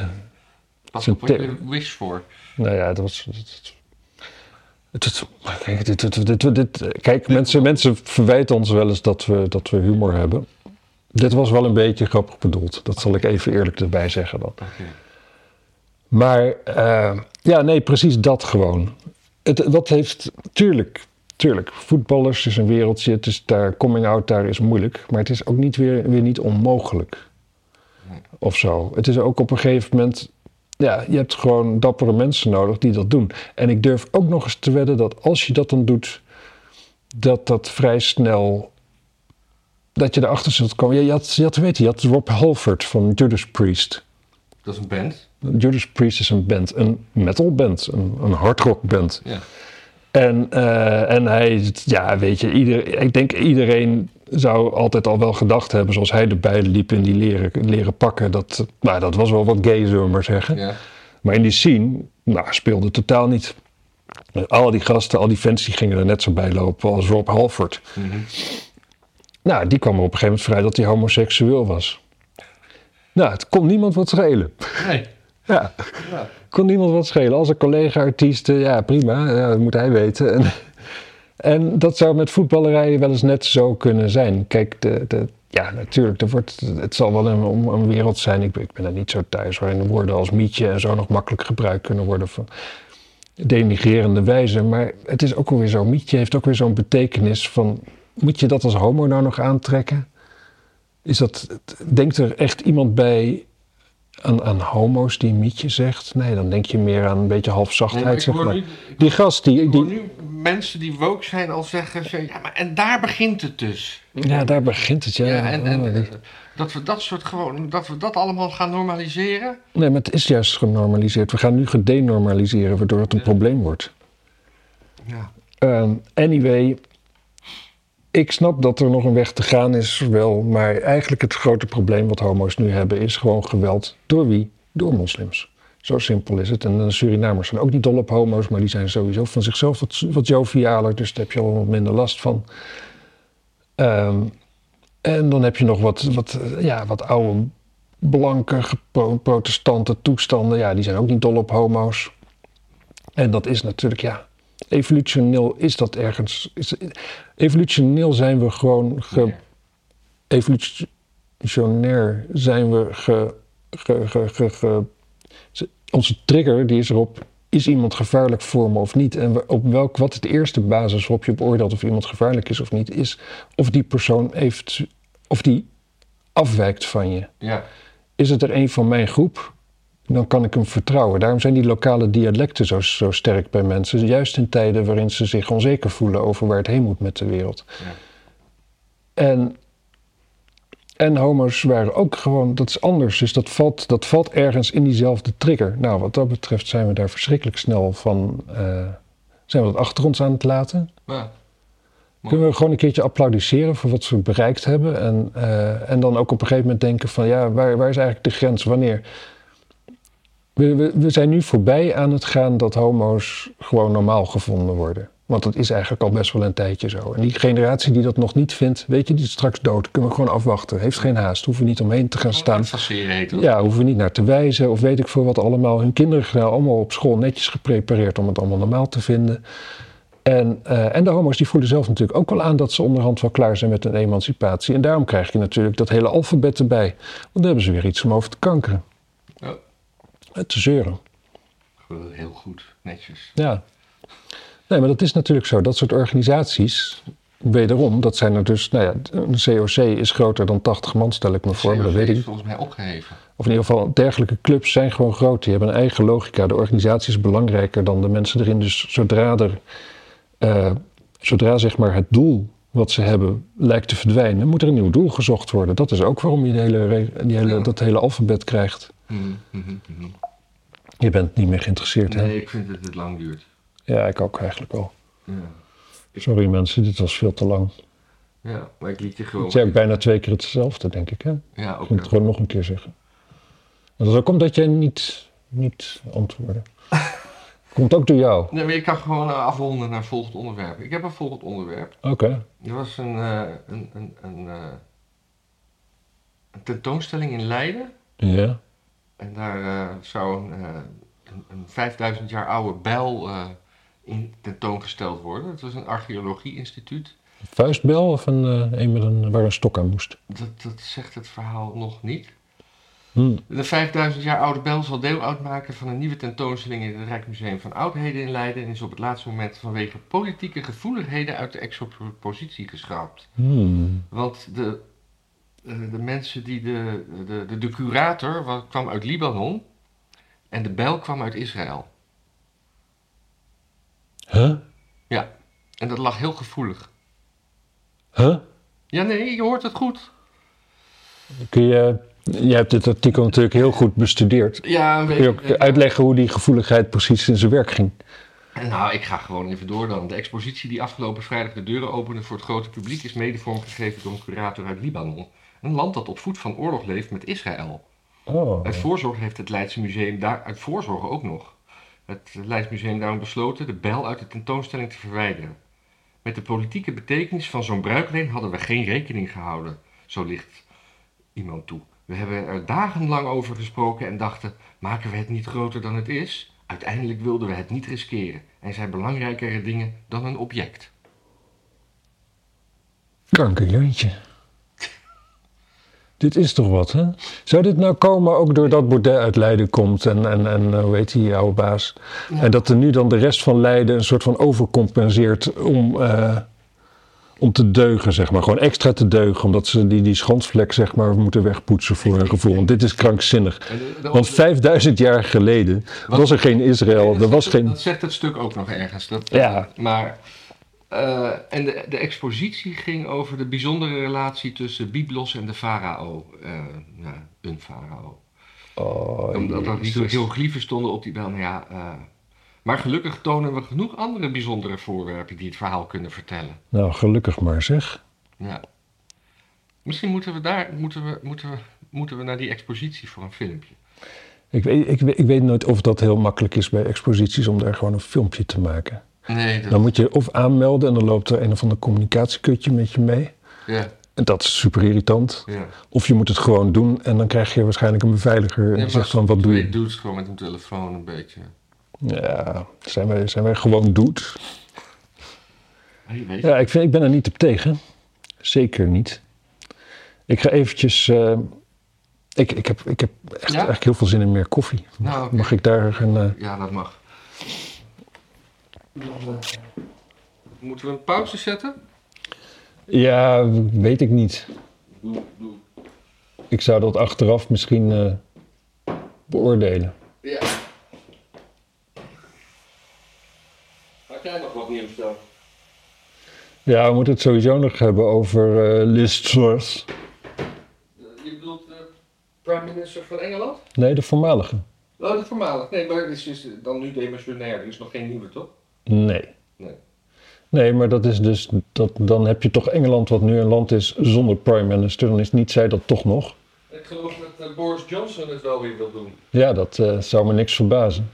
A: Wat heb je er wish voor?
B: Nou ja, dat was... Het, het, kijk, dit, dit, dit, dit, kijk mensen, mensen verwijten ons wel eens dat we, dat we humor hebben. Dit was wel een beetje grappig bedoeld. Dat zal ik even eerlijk erbij zeggen dan.
A: Okay.
B: Maar uh, ja, nee, precies dat gewoon. Het, wat heeft... Tuurlijk, tuurlijk. Voetballers is een wereldje. Het is daar, coming out daar is moeilijk. Maar het is ook niet weer, weer niet onmogelijk.
A: Nee.
B: Of zo. Het is ook op een gegeven moment... Ja, je hebt gewoon dappere mensen nodig die dat doen. En ik durf ook nog eens te wedden dat als je dat dan doet... dat dat vrij snel... dat je erachter zult komen. Ja, je had, je had, weet je, je had Rob Halford van Judas Priest.
A: Dat is een band?
B: Judas Priest is een band. Een metal band. Een, een hardrock band.
A: Ja.
B: En, uh, en hij, ja, weet je, ieder, ik denk iedereen zou altijd al wel gedacht hebben, zoals hij erbij liep in die leren, leren pakken. Dat, nou, dat was wel wat gay, zullen we maar zeggen.
A: Ja.
B: Maar in die scene, nou, speelde totaal niet. Al die gasten, al die fans, die gingen er net zo bij lopen als Rob Halford.
A: Mm-hmm.
B: Nou, die kwam er op een gegeven moment vrij dat hij homoseksueel was. Nou, het kon niemand wat schelen.
A: Nee.
B: Ja,
A: ja.
B: kon niemand wat schelen. Als een collega-artiesten, ja prima, ja, dat moet hij weten. En, en dat zou met voetballerij wel eens net zo kunnen zijn. Kijk, de, de, ja, natuurlijk, er wordt, het zal wel een, een, een wereld zijn. Ik, ik ben er niet zo thuis, waarin woorden als mietje en zo nog makkelijk gebruikt kunnen worden van denigrerende wijze. Maar het is ook alweer zo, mietje heeft ook weer zo'n betekenis van... Moet je dat als homo nou nog aantrekken? Is dat, denkt er echt iemand bij aan, aan homo's die mietje zegt? Nee, dan denk je meer aan een beetje halfzachtheid.
A: Nee,
B: zeg maar.
A: Nu,
B: die gast die...
A: Ik
B: die
A: hoor nu mensen die woke zijn al zeggen... Zo, ja, maar en daar begint het dus.
B: Ja, daar begint het, ja.
A: ja en, en,
B: oh, die...
A: dat we dat soort gewoon... Dat we dat allemaal gaan normaliseren.
B: Nee, maar het is juist genormaliseerd. We gaan nu gedenormaliseren, waardoor het een ja. probleem wordt.
A: Ja.
B: Um, anyway... Ik snap dat er nog een weg te gaan is, wel, maar eigenlijk het grote probleem wat homo's nu hebben is gewoon geweld. Door wie? Door moslims. Zo simpel is het. En de Surinamers zijn ook niet dol op homo's, maar die zijn sowieso van zichzelf wat, wat jovialer, dus daar heb je al wat minder last van. Um, en dan heb je nog wat, wat, ja, wat oude blanke protestanten toestanden, ja, die zijn ook niet dol op homo's. En dat is natuurlijk, ja, evolutioneel is dat ergens... Is, evolutioneel zijn we gewoon... Ge,
A: Ja.
B: evolutionair zijn we ge, ge, ge, ge, ge... Onze trigger, die is erop... Is iemand gevaarlijk voor me of niet? En op welk, wat is de eerste basis waarop je beoordeelt of iemand gevaarlijk is of niet? Is of die persoon heeft... Of die afwijkt van je.
A: Ja.
B: Is het er een van mijn groep, dan kan ik hem vertrouwen. Daarom zijn die lokale dialecten zo, zo sterk bij mensen. Juist in tijden waarin ze zich onzeker voelen over waar het heen moet met de wereld.
A: Ja.
B: En, en homo's waren ook gewoon, dat is anders. Dus dat valt, dat valt ergens in diezelfde trigger. Nou, wat dat betreft zijn we daar verschrikkelijk snel van... Uh, zijn we dat achter ons aan het laten.
A: Ja.
B: Kunnen we gewoon een keertje applaudisseren voor wat we bereikt hebben. En, uh, en dan ook op een gegeven moment denken van... ja, waar, waar is eigenlijk de grens? Wanneer? We, we, we zijn nu voorbij aan het gaan dat homo's gewoon normaal gevonden worden. Want dat is eigenlijk al best wel een tijdje zo. En die generatie die dat nog niet vindt... weet je, die is straks dood. Kunnen we gewoon afwachten. Heeft geen haast. Hoeven we niet omheen te gaan staan. Ja, hoeven we niet naar te wijzen. Of weet ik veel wat allemaal. Hun kinderen gaan allemaal op school netjes geprepareerd... om het allemaal normaal te vinden... En, uh, en de homo's die voelen zelf natuurlijk ook wel aan dat ze onderhand wel klaar zijn met hun emancipatie. En daarom krijg je natuurlijk dat hele alfabet erbij. Want dan hebben ze weer iets om over te kankeren.
A: Ja.
B: Te zeuren.
A: Heel goed, netjes.
B: Ja. Nee, maar dat is natuurlijk zo. Dat soort organisaties, wederom, dat zijn er dus... Nou ja, een C O C is groter dan tachtig man, stel ik me voor. Maar dat weet ik
A: is volgens mij opgeheven.
B: Of in ieder geval, dergelijke clubs zijn gewoon groot. Die hebben een eigen logica. De organisatie is belangrijker dan de mensen erin. Dus zodra er... Uh, zodra zeg maar het doel wat ze hebben lijkt te verdwijnen, moet er een nieuw doel gezocht worden. Dat is ook waarom je de hele, die hele, dat hele alfabet krijgt.
A: Mm, mm, mm.
B: Je bent niet meer geïnteresseerd,
A: nee,
B: hè?
A: Nee, ik vind dat het lang duurt.
B: Ja, ik ook eigenlijk wel.
A: Ja.
B: Sorry mensen, dit was veel te lang.
A: Ja, maar ik liet je gewoon...
B: Het is ook bijna twee keer hetzelfde, denk ik, hè?
A: Ja, ook.
B: Ik moet het gewoon nog een keer zeggen. En dat is ook omdat jij niet, niet antwoordde. Komt ook door jou.
A: Nee, maar je kan gewoon afronden naar het volgende onderwerp. Ik heb een volgend onderwerp.
B: Oké. Okay.
A: Er was een, uh, een, een, een, uh, een tentoonstelling in Leiden.
B: Ja.
A: En daar uh, zou een, uh, een, een vijfduizend jaar oude bijl uh, in tentoongesteld worden. Het was een archeologie-instituut.
B: Een vuistbijl of een, uh, een, met een waar een stok aan moest?
A: Dat, dat zegt het verhaal nog niet.
B: Hmm.
A: De vijfduizend jaar oude bijl zal deel uitmaken van een nieuwe tentoonstelling in het Rijksmuseum van Oudheden in Leiden en is op het laatste moment vanwege politieke gevoeligheden uit de expositie geschrapt.
B: Hmm.
A: Want de, de mensen die de, de, de, de curator wat, kwam uit Libanon en de bijl kwam uit Israël.
B: Huh?
A: Ja, en dat lag heel gevoelig.
B: Huh?
A: Ja, nee, je hoort het goed.
B: Kun je... Jij hebt dit artikel natuurlijk heel goed bestudeerd.
A: Ja, een
B: beetje. Kun je ook uitleggen hoe die gevoeligheid precies in zijn werk ging?
A: Nou, ik ga gewoon even door dan. De expositie die afgelopen vrijdag de deuren opende voor het grote publiek is mede vormgegeven door een curator uit Libanon. Een land dat op voet van oorlog leeft met Israël.
B: Oh.
A: Uit voorzorg heeft het Leidse Museum daar, uit voorzorg ook nog, het Leids Museum daarom besloten de bijl uit de tentoonstelling te verwijderen. Met de politieke betekenis van zo'n bruikleen hadden we geen rekening gehouden, zo ligt iemand toe. We hebben er dagenlang over gesproken en dachten, maken we het niet groter dan het is? Uiteindelijk wilden we het niet riskeren. Er zijn belangrijkere dingen dan een object.
B: Kankerjantje. Dit is toch wat, hè? Zou dit nou komen ook doordat Baudet uit Leiden komt en, en, en hoe heet die oude baas? Ja. En dat er nu dan de rest van Leiden een soort van overcompenseert om... Uh, Om te deugen, zeg maar. Gewoon extra te deugen. Omdat ze die, die schandvlek, zeg maar, moeten wegpoetsen voor hun gevoel. Want dit is krankzinnig. Want vijfduizend jaar geleden wat, was er geen Israël.
A: Dat,
B: er was
A: zegt,
B: geen...
A: dat zegt het stuk ook nog ergens. Dat,
B: ja.
A: Maar... Uh, en de, de expositie ging over de bijzondere relatie tussen Byblos en de farao. Uh, nou, een farao.
B: Oh,
A: Omdat er niet hieroglyphen stonden op die bijl. Nou ja... Uh, Maar gelukkig tonen we genoeg andere bijzondere voorwerpen die het verhaal kunnen vertellen.
B: Nou, gelukkig maar zeg.
A: Ja. Misschien moeten we daar, moeten we, moeten we, moeten we naar die expositie voor een filmpje.
B: Ik weet, ik, weet, ik weet nooit of dat heel makkelijk is bij exposities om daar gewoon een filmpje te maken.
A: Nee, dat...
B: Dan moet je of aanmelden en dan loopt er een of ander communicatiekutje met je mee.
A: Ja.
B: En dat is super irritant.
A: Ja.
B: Of je moet het gewoon doen en dan krijg je waarschijnlijk een beveiliger
A: ja,
B: en die zegt van wat doe je.
A: Je doet het gewoon met een telefoon een beetje.
B: Ja, zijn wij, zijn wij gewoon dude?
A: Hey, weet je.
B: Ja, ik, vind, ik ben er niet op tegen. Zeker niet. Ik ga eventjes... Uh, ik, ik, heb, ik heb echt
A: Ja?
B: eigenlijk heel veel zin in meer koffie. Mag,
A: Nou, okay.
B: mag ik daar een... Uh...
A: Ja, dat mag. Moeten we een pauze zetten?
B: Ja, weet ik niet.
A: Doe, doe.
B: Ik zou dat achteraf misschien uh, beoordelen.
A: Ja. Had jij nog wat nieuws dan?
B: Ja, we moeten het sowieso nog hebben over uh, Liz Truss.
A: Uh, je bedoelt de prime minister van Engeland?
B: Nee, de voormalige.
A: Oh, de voormalige. Nee, maar is, is dan nu demissionair. Er is nog geen nieuwe, toch?
B: Nee.
A: Nee.
B: Nee, maar dat is dus, dat, dan heb je toch Engeland, wat nu een land is zonder prime minister. Dan is niet zij dat toch nog.
A: Ik geloof dat uh, Boris Johnson het wel weer wil doen.
B: Ja, dat uh, zou me niks verbazen.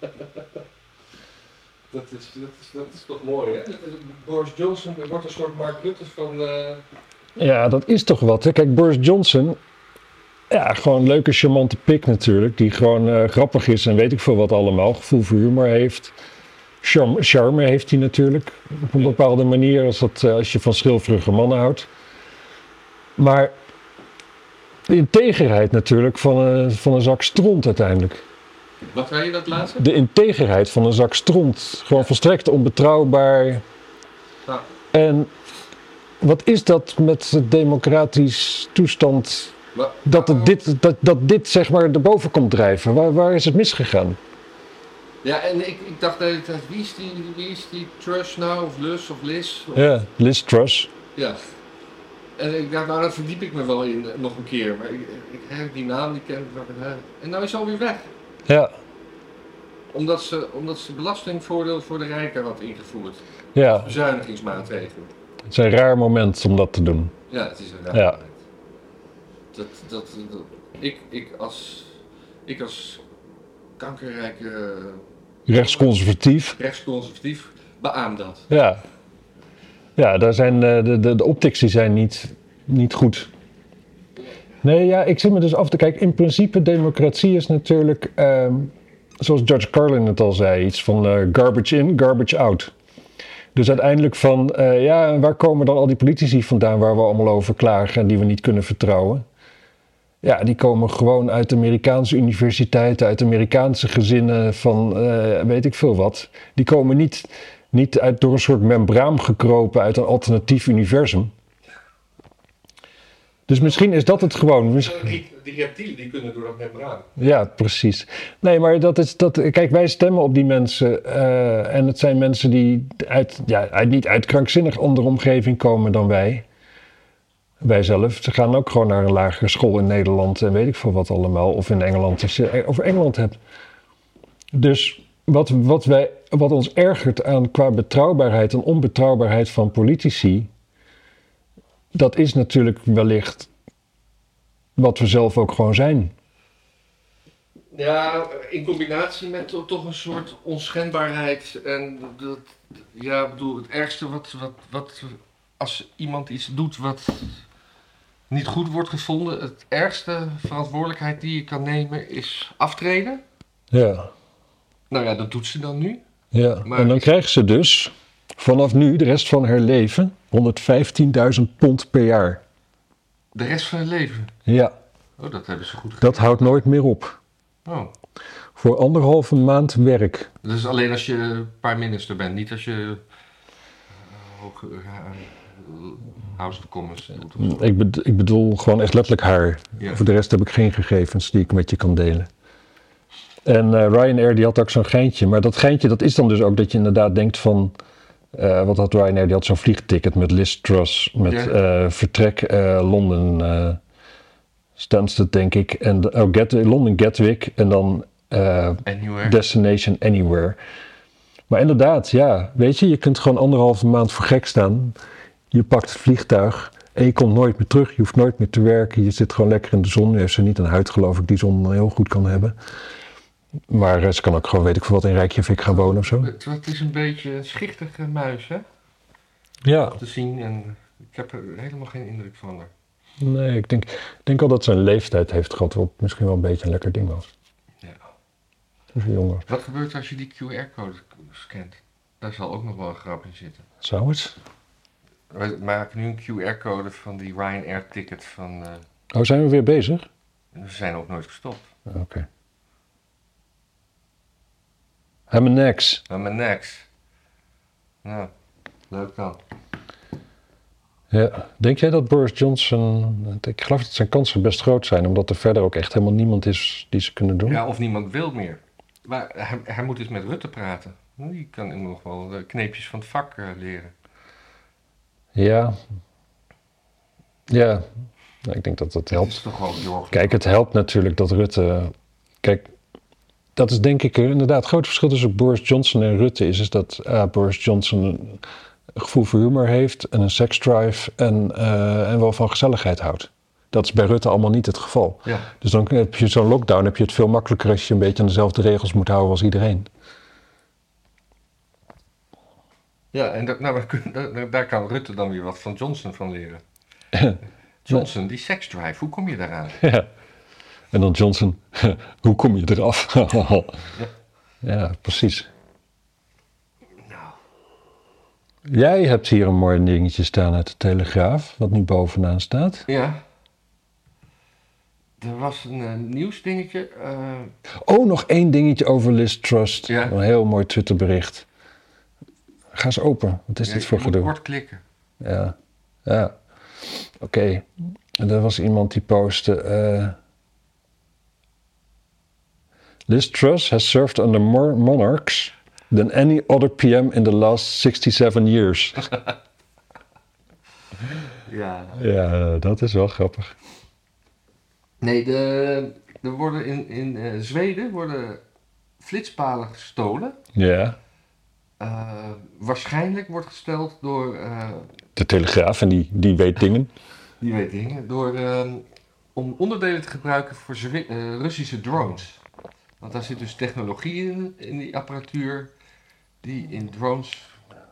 A: dat, is, dat, is, dat is toch mooi, hè? Dat is, Boris Johnson wordt een soort Mark Rutte van... Uh...
B: Ja, dat is toch wat, hè? Kijk, Boris Johnson... Ja, gewoon een leuke, charmante pik natuurlijk. Die gewoon uh, grappig is en weet ik veel wat allemaal. Gevoel voor humor heeft. Charme, charme heeft hij natuurlijk. Op een bepaalde manier, als, dat, uh, als je van schilferige mannen houdt. Maar de integerheid natuurlijk van een, van een zak stront uiteindelijk.
A: Wat zei je dat laatste?
B: De integerheid van een zak stront. Gewoon volstrekt onbetrouwbaar.
A: Ja.
B: En wat is dat met de democratisch toestand...
A: Maar,
B: Dat, het dit, dat, dat dit zeg maar erboven komt drijven. Waar, waar is het misgegaan?
A: Ja, en ik, ik dacht de hele tijd, wie is die, wie is die Truss nou? Of Lus of Liz? Of...
B: Ja, Liz Truss.
A: Ja. En ik dacht, nou, daar verdiep ik me wel in nog een keer. Maar ik, ik heb die naam, die ken ik wel. En nou is ze alweer weg.
B: Ja.
A: Omdat ze, omdat ze belastingvoordeel voor de rijken had ingevoerd.
B: Ja.
A: Bezuinigingsmaatregelen.
B: Het is een raar moment om dat te doen.
A: Ja, het is een raar
B: ja.
A: moment. Dat, dat, dat, ik, ik als, ik als kankerrijke...
B: Rechtsconservatief.
A: Rechtsconservatief beaam dat.
B: Ja. Ja, daar zijn de, de, de optics die zijn niet, niet goed. Nee, ja, ik zit me dus af te kijken. In principe, democratie is natuurlijk, um, zoals George Carlin het al zei, iets van uh, garbage in, garbage out. Dus uiteindelijk van, uh, ja, waar komen dan al die politici vandaan waar we allemaal over klagen en die we niet kunnen vertrouwen? Ja, die komen gewoon uit Amerikaanse universiteiten, uit Amerikaanse gezinnen van uh, weet ik veel wat. Die komen niet, niet uit, door een soort membraam gekropen uit een alternatief universum. Dus misschien is dat het gewoon.
A: Die, die reptielen die kunnen door dat membraan.
B: Ja, precies. Nee, maar dat is dat. Kijk, wij stemmen op die mensen. Uh, en het zijn mensen die uit, ja, uit, niet uit krankzinnig andere omgeving komen dan wij. Wij zelf. Ze gaan ook gewoon naar een lagere school in Nederland en weet ik veel wat allemaal. Of in Engeland, als je over Engeland hebt. Dus wat, wat, wij, wat ons ergert aan qua betrouwbaarheid en onbetrouwbaarheid van politici, dat is natuurlijk wellicht wat we zelf ook gewoon zijn.
A: Ja, in combinatie met to- toch een soort onschendbaarheid. En dat, ja, ik bedoel, het ergste wat, wat, wat, als iemand iets doet wat niet goed wordt gevonden, het ergste verantwoordelijkheid die je kan nemen is aftreden.
B: Ja.
A: Nou ja, dat doet ze dan nu.
B: Ja,
A: Maar
B: en dan
A: is...
B: krijgt ze dus vanaf nu, de rest van haar leven, honderdvijftienduizend pond per jaar.
A: De rest van het leven?
B: Ja.
A: Oh, dat hebben ze goed gedaan.
B: Dat houdt nooit meer op.
A: Oh.
B: Voor anderhalve maand werk.
A: Dat is alleen als je prime minister bent, niet als je uh, hoog, uh, House of Commons doet.
B: Ik, bed- ik bedoel gewoon echt letterlijk haar.
A: Ja.
B: Voor de rest heb ik geen gegevens die ik met je kan delen. En uh, Ryanair die had ook zo'n geintje. Maar dat geintje dat is dan dus ook dat je inderdaad denkt van... Uh, wat had Ryanair? Die had zo'n vliegticket met Liz Truss. Met ja. uh, vertrek uh, Londen uh, Stansted denk ik. En oh, Get- Londen Gatwick. En dan uh, Destination Anywhere. Maar inderdaad, ja. Weet je, je kunt gewoon anderhalve maand voor gek staan. Je pakt het vliegtuig... En je komt nooit meer terug, je hoeft nooit meer te werken. Je zit gewoon lekker in de zon. Nu heeft ze niet een huid, geloof ik, die zon heel goed kan hebben. Maar ze kan ook gewoon, weet ik veel wat, in Reykjavik gaan wonen of zo.
A: Het, het is een beetje een schichtige muis, hè?
B: Ja.
A: Te zien en ik heb er helemaal geen indruk van haar.
B: Nee, ik denk, ik denk al dat ze een leeftijd heeft gehad waarop het misschien wel een beetje een lekker ding was.
A: Ja.
B: Dus jonger.
A: Wat gebeurt er als je die Q R-code scant? Daar zal ook nog wel een grap in zitten.
B: Zou het?
A: We maken nu een Q R-code van die Ryanair-ticket van... Uh,
B: oh, zijn we weer bezig?
A: we zijn ook nooit gestopt.
B: Oké. Okay. Helemaal niks.
A: Helemaal niks. Nou, leuk dan.
B: Ja, denk jij dat Boris Johnson... Ik geloof dat zijn kansen best groot zijn, omdat er verder ook echt helemaal niemand is die ze kunnen doen.
A: Ja, of niemand wil meer. Maar hij, hij moet eens met Rutte praten. Die kan hem nog wel de kneepjes van het vak uh, leren.
B: Ja. Ja. Nou, ik denk dat dat helpt.
A: Het is toch wel zorgelijk.
B: Kijk, het helpt natuurlijk dat Rutte... Kijk, dat is denk ik inderdaad het grote verschil tussen Boris Johnson en Rutte is, is dat uh, Boris Johnson een gevoel voor humor heeft en een seksdrive en, uh, en wel van gezelligheid houdt. Dat is bij Rutte allemaal niet het geval.
A: Ja.
B: Dus dan heb je zo'n lockdown, heb je het veel makkelijker als je een beetje aan dezelfde regels moet houden als iedereen.
A: Ja, en dat, nou, daar kan Rutte dan weer wat van Johnson van leren. Johnson, die seksdrive, hoe kom je daaraan?
B: Ja. En dan Johnson, hoe kom je eraf? ja. ja, precies.
A: Nou.
B: Jij hebt hier een mooi dingetje staan uit de Telegraaf, wat nu bovenaan staat.
A: Ja. Er was een uh, nieuwsdingetje. Uh...
B: Oh, nog één dingetje over Liz Truss.
A: Ja.
B: Een heel mooi Twitterbericht. Ga eens open. Wat is
A: ja,
B: dit voor gedoe?
A: Je moet kort klikken.
B: Ja, ja. Oké. Okay. En er was iemand die postte... Uh... Liz Truss has served under more monarchs than any other P M in the last sixty-seven years.
A: ja.
B: Ja, dat is wel grappig.
A: Nee, de, er worden in, in uh, Zweden worden flitspalen gestolen.
B: Ja.
A: Uh, waarschijnlijk wordt gesteld door... Uh,
B: de Telegraaf, en die, die weet dingen.
A: Die weet dingen. Door, uh, om onderdelen te gebruiken voor Zwe- uh, Russische drones. Want daar zit dus technologie in, in die apparatuur... die in drones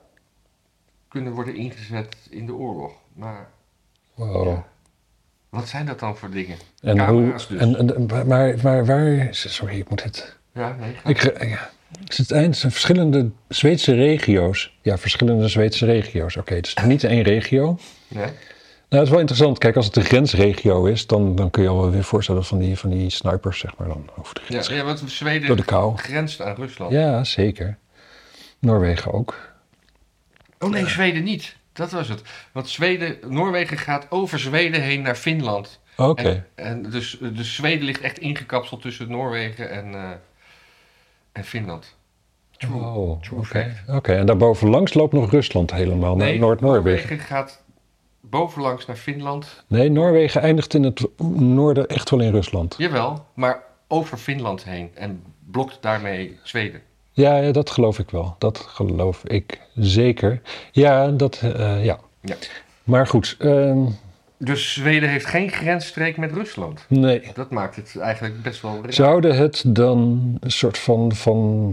A: kunnen worden ingezet in de oorlog. Maar...
B: Wow.
A: Ja. Wat zijn dat dan voor dingen?
B: En
A: Camera's
B: hoe,
A: dus.
B: En, en, maar, maar waar... Sorry, ik moet het...
A: Ja, nee.
B: Ik, ja. Het is het eind. Het zijn verschillende Zweedse regio's. Ja, verschillende Zweedse regio's. Oké, okay, het is niet één regio.
A: Nee.
B: Nou, het is wel interessant. Kijk, als het een grensregio is, dan, dan kun je al wel weer voorstellen van die, van die snipers, zeg maar, dan over de grens.
A: Ja, ja, want Zweden
B: door de kou.
A: grenst aan Rusland.
B: Ja, zeker. Noorwegen ook.
A: Oh nee, Zweden niet. Dat was het. Want Zweden, Noorwegen gaat over Zweden heen naar Finland.
B: Oké. Okay.
A: En, en dus, dus Zweden ligt echt ingekapseld tussen Noorwegen en, uh, en Finland.
B: True. Oh, oké. Okay. Okay. En daarboven langs loopt nog Rusland helemaal
A: nee,
B: naar Noord-Noorwegen.
A: Noorwegen gaat bovenlangs naar Finland.
B: Nee, Noorwegen eindigt in het noorden echt wel in Rusland.
A: Jawel, maar over Finland heen en blokt daarmee Zweden.
B: Ja, ja, dat geloof ik wel. Dat geloof ik zeker. Ja, dat, uh, ja.
A: ja.
B: Maar goed. Uh,
A: dus Zweden heeft geen grensstreek met Rusland?
B: Nee.
A: Dat maakt het eigenlijk best wel raar.
B: Zouden het dan een soort van, van